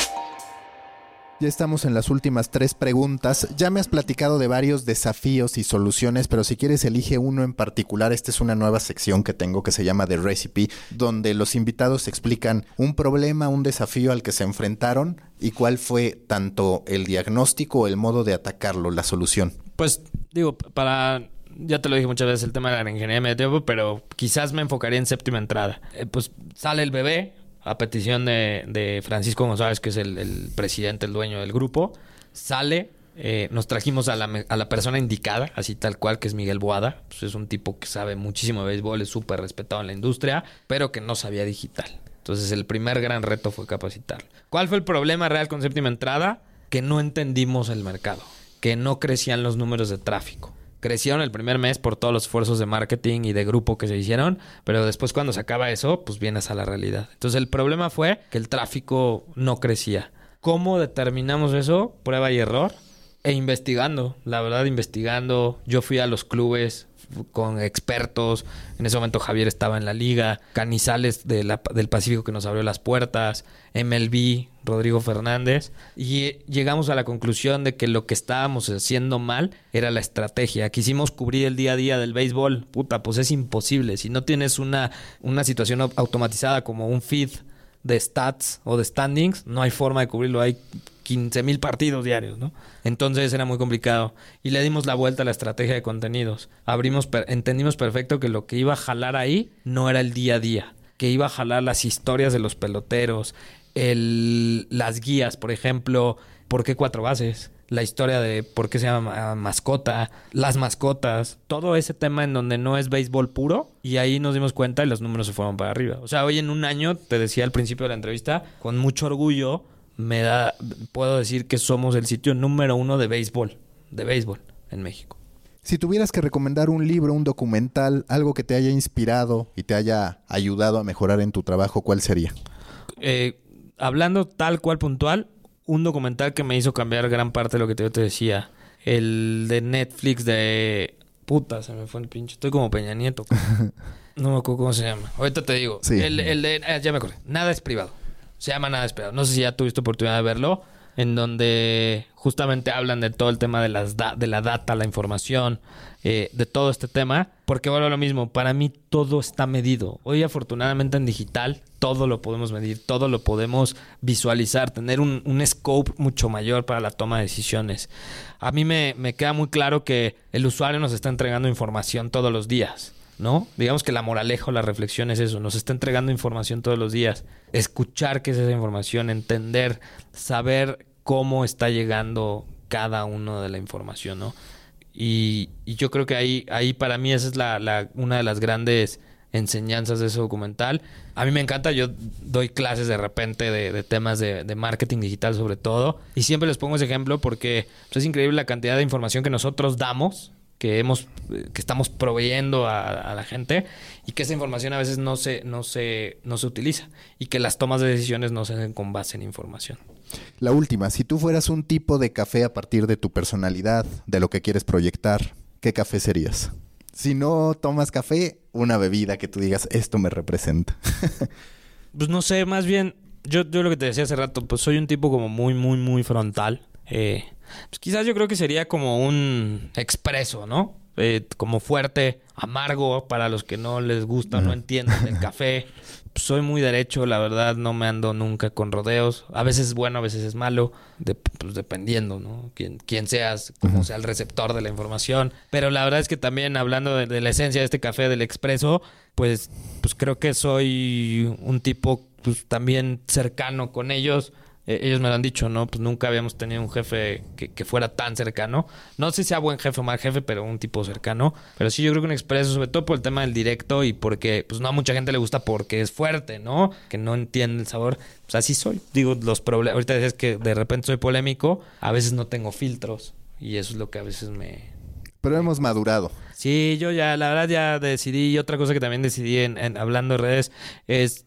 Ya estamos en las últimas 3 preguntas. Ya me has platicado de varios desafíos y soluciones, pero si quieres elige uno en particular. Esta es una nueva sección que tengo que se llama The Recipe, donde los invitados explican un problema, un desafío al que se enfrentaron y cuál fue tanto el diagnóstico, el modo de atacarlo, la solución. Pues digo, ya te lo dije muchas veces el tema de la ingeniería de medio tiempo, pero quizás me enfocaría en séptima entrada. Pues sale el bebé a petición de Francisco González, que es el presidente, el dueño del grupo. Sale, nos trajimos a la persona indicada, así tal cual, que es Miguel Boada. Pues es un tipo que sabe muchísimo de béisbol, es súper respetado en la industria, pero que no sabía digital. Entonces el primer gran reto fue capacitarlo. ¿Cuál fue el problema real con séptima entrada? Que no entendimos el mercado, que no crecían los números de tráfico. Crecieron el primer mes por todos los esfuerzos de marketing y de grupo que se hicieron, pero después cuando se acaba eso, pues vienes a la realidad. Entonces el problema fue que el tráfico no crecía. ¿Cómo determinamos eso? Prueba y error. E investigando, la verdad investigando. Yo fui a los clubes con expertos. En ese momento Javier estaba en la liga. Canizales del Pacífico que nos abrió las puertas. MLB, Rodrigo Fernández. Y llegamos a la conclusión de que lo que estábamos haciendo mal era la estrategia. Quisimos cubrir el día a día del béisbol. Puta, pues es imposible. Si no tienes una situación automatizada como un feed de stats o de standings, no hay forma de cubrirlo. Hay 15,000 partidos diarios, ¿no? Entonces era muy complicado. Y le dimos la vuelta a la estrategia de contenidos. Entendimos perfecto que lo que iba a jalar ahí no era el día a día. Que iba a jalar las historias de los peloteros, las guías, por ejemplo, ¿por qué 4 bases? La historia de por qué se llama mascota, las mascotas, todo ese tema en donde no es béisbol puro, y ahí nos dimos cuenta y los números se fueron para arriba. O sea, hoy en un año, te decía al principio de la entrevista, con mucho orgullo puedo decir que somos el sitio número 1 de béisbol en México. Si tuvieras que recomendar un libro, un documental, algo que te haya inspirado y te haya ayudado a mejorar en tu trabajo, ¿cuál sería? Hablando tal cual puntual, un documental que me hizo cambiar gran parte de lo que yo te decía. El de Netflix de... Puta, se me fue el pinche. Estoy como Peña Nieto. No me acuerdo cómo se llama. Ahorita te digo. Sí. El de... ya me acordé. Nada es privado. Se llama Nada es privado. No sé si ya tuviste oportunidad de verlo. en donde justamente hablan de todo el tema de la data, la información, de todo este tema, porque bueno, lo mismo, para mí todo está medido. Hoy afortunadamente en digital todo lo podemos medir, todo lo podemos visualizar, tener un scope mucho mayor para la toma de decisiones. A mí me queda muy claro que el usuario nos está entregando información todos los días, ¿no? Digamos que la moraleja o la reflexión es eso, nos está entregando información todos los días. Escuchar qué es esa información, entender, saber cómo está llegando cada uno de la información, ¿no? Y yo creo que ahí para mí esa es una de las grandes enseñanzas de ese documental. A mí me encanta, yo doy clases de repente de temas de marketing digital sobre todo, y siempre les pongo ese ejemplo porque pues, es increíble la cantidad de información que nosotros damos, que estamos proveyendo a la gente, y que esa información a veces no se utiliza, y que las tomas de decisiones no se hacen con base en información. La última, si tú fueras un tipo de café a partir de tu personalidad, de lo que quieres proyectar, ¿qué café serías? Si no tomas café, una bebida que tú digas, esto me representa. Pues no sé, más bien, yo lo que te decía hace rato, pues soy un tipo como muy, muy, muy frontal. Pues quizás yo creo que sería como un expreso, ¿no? Como fuerte, amargo para los que no les gusta, no entienden del café. Pues soy muy derecho, la verdad, no me ando nunca con rodeos. A veces es bueno, a veces es malo, pues dependiendo, ¿no? Quién seas, cómo sea el receptor de la información. Pero la verdad es que también hablando de la esencia de este café del expreso, pues creo que soy un tipo pues también cercano con ellos. Ellos me lo han dicho, ¿no? Pues nunca habíamos tenido un jefe que fuera tan cercano. No sé si sea buen jefe o mal jefe, pero un tipo cercano. Pero sí, yo creo que un expreso, sobre todo por el tema del directo y porque pues no a mucha gente le gusta porque es fuerte, ¿no? Que no entiende el sabor. Pues así soy. Digo, los problemas... Ahorita decías que de repente soy polémico. A veces no tengo filtros. Y eso es lo que a veces me... Pero hemos madurado. Sí, yo ya, la verdad ya decidí. Y otra cosa que también decidí en hablando de redes es...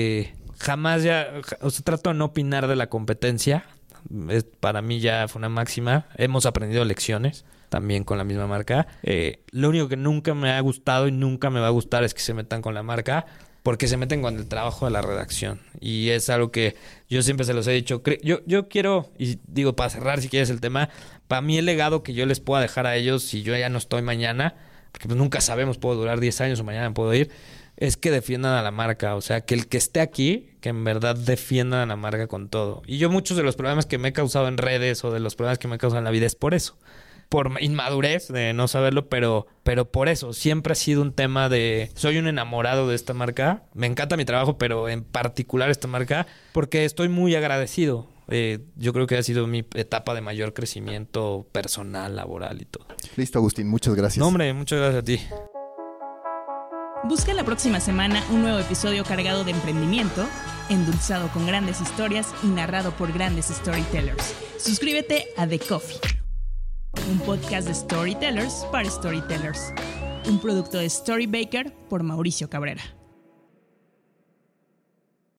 Jamás trato de no opinar de la competencia. Para mí ya fue una máxima. Hemos aprendido lecciones también con la misma marca. Lo único que nunca me ha gustado y nunca me va a gustar es que se metan con la marca, porque se meten con el trabajo de la redacción. Y es algo que yo siempre se los he dicho. Yo quiero, y digo, para cerrar si quieres el tema, para mí el legado que yo les pueda dejar a ellos si yo ya no estoy mañana, porque pues nunca sabemos, puedo durar 10 años o mañana puedo ir, es que defiendan a la marca. O sea, que el que esté aquí, que en verdad defiendan a la marca con todo. Y yo muchos de los problemas que me he causado en redes o de los problemas que me he causado en la vida es por eso. Por inmadurez de no saberlo, pero por eso. Siempre ha sido un tema de... Soy un enamorado de esta marca. Me encanta mi trabajo, pero en particular esta marca, porque estoy muy agradecido. Yo creo que ha sido mi etapa de mayor crecimiento personal, laboral y todo. Listo, Agustín. Muchas gracias. No, hombre, muchas gracias a ti. Busca la próxima semana un nuevo episodio cargado de emprendimiento, endulzado con grandes historias y narrado por grandes storytellers. Suscríbete a The Coffee, un podcast de storytellers para storytellers. Un producto de Storybaker por Mauricio Cabrera.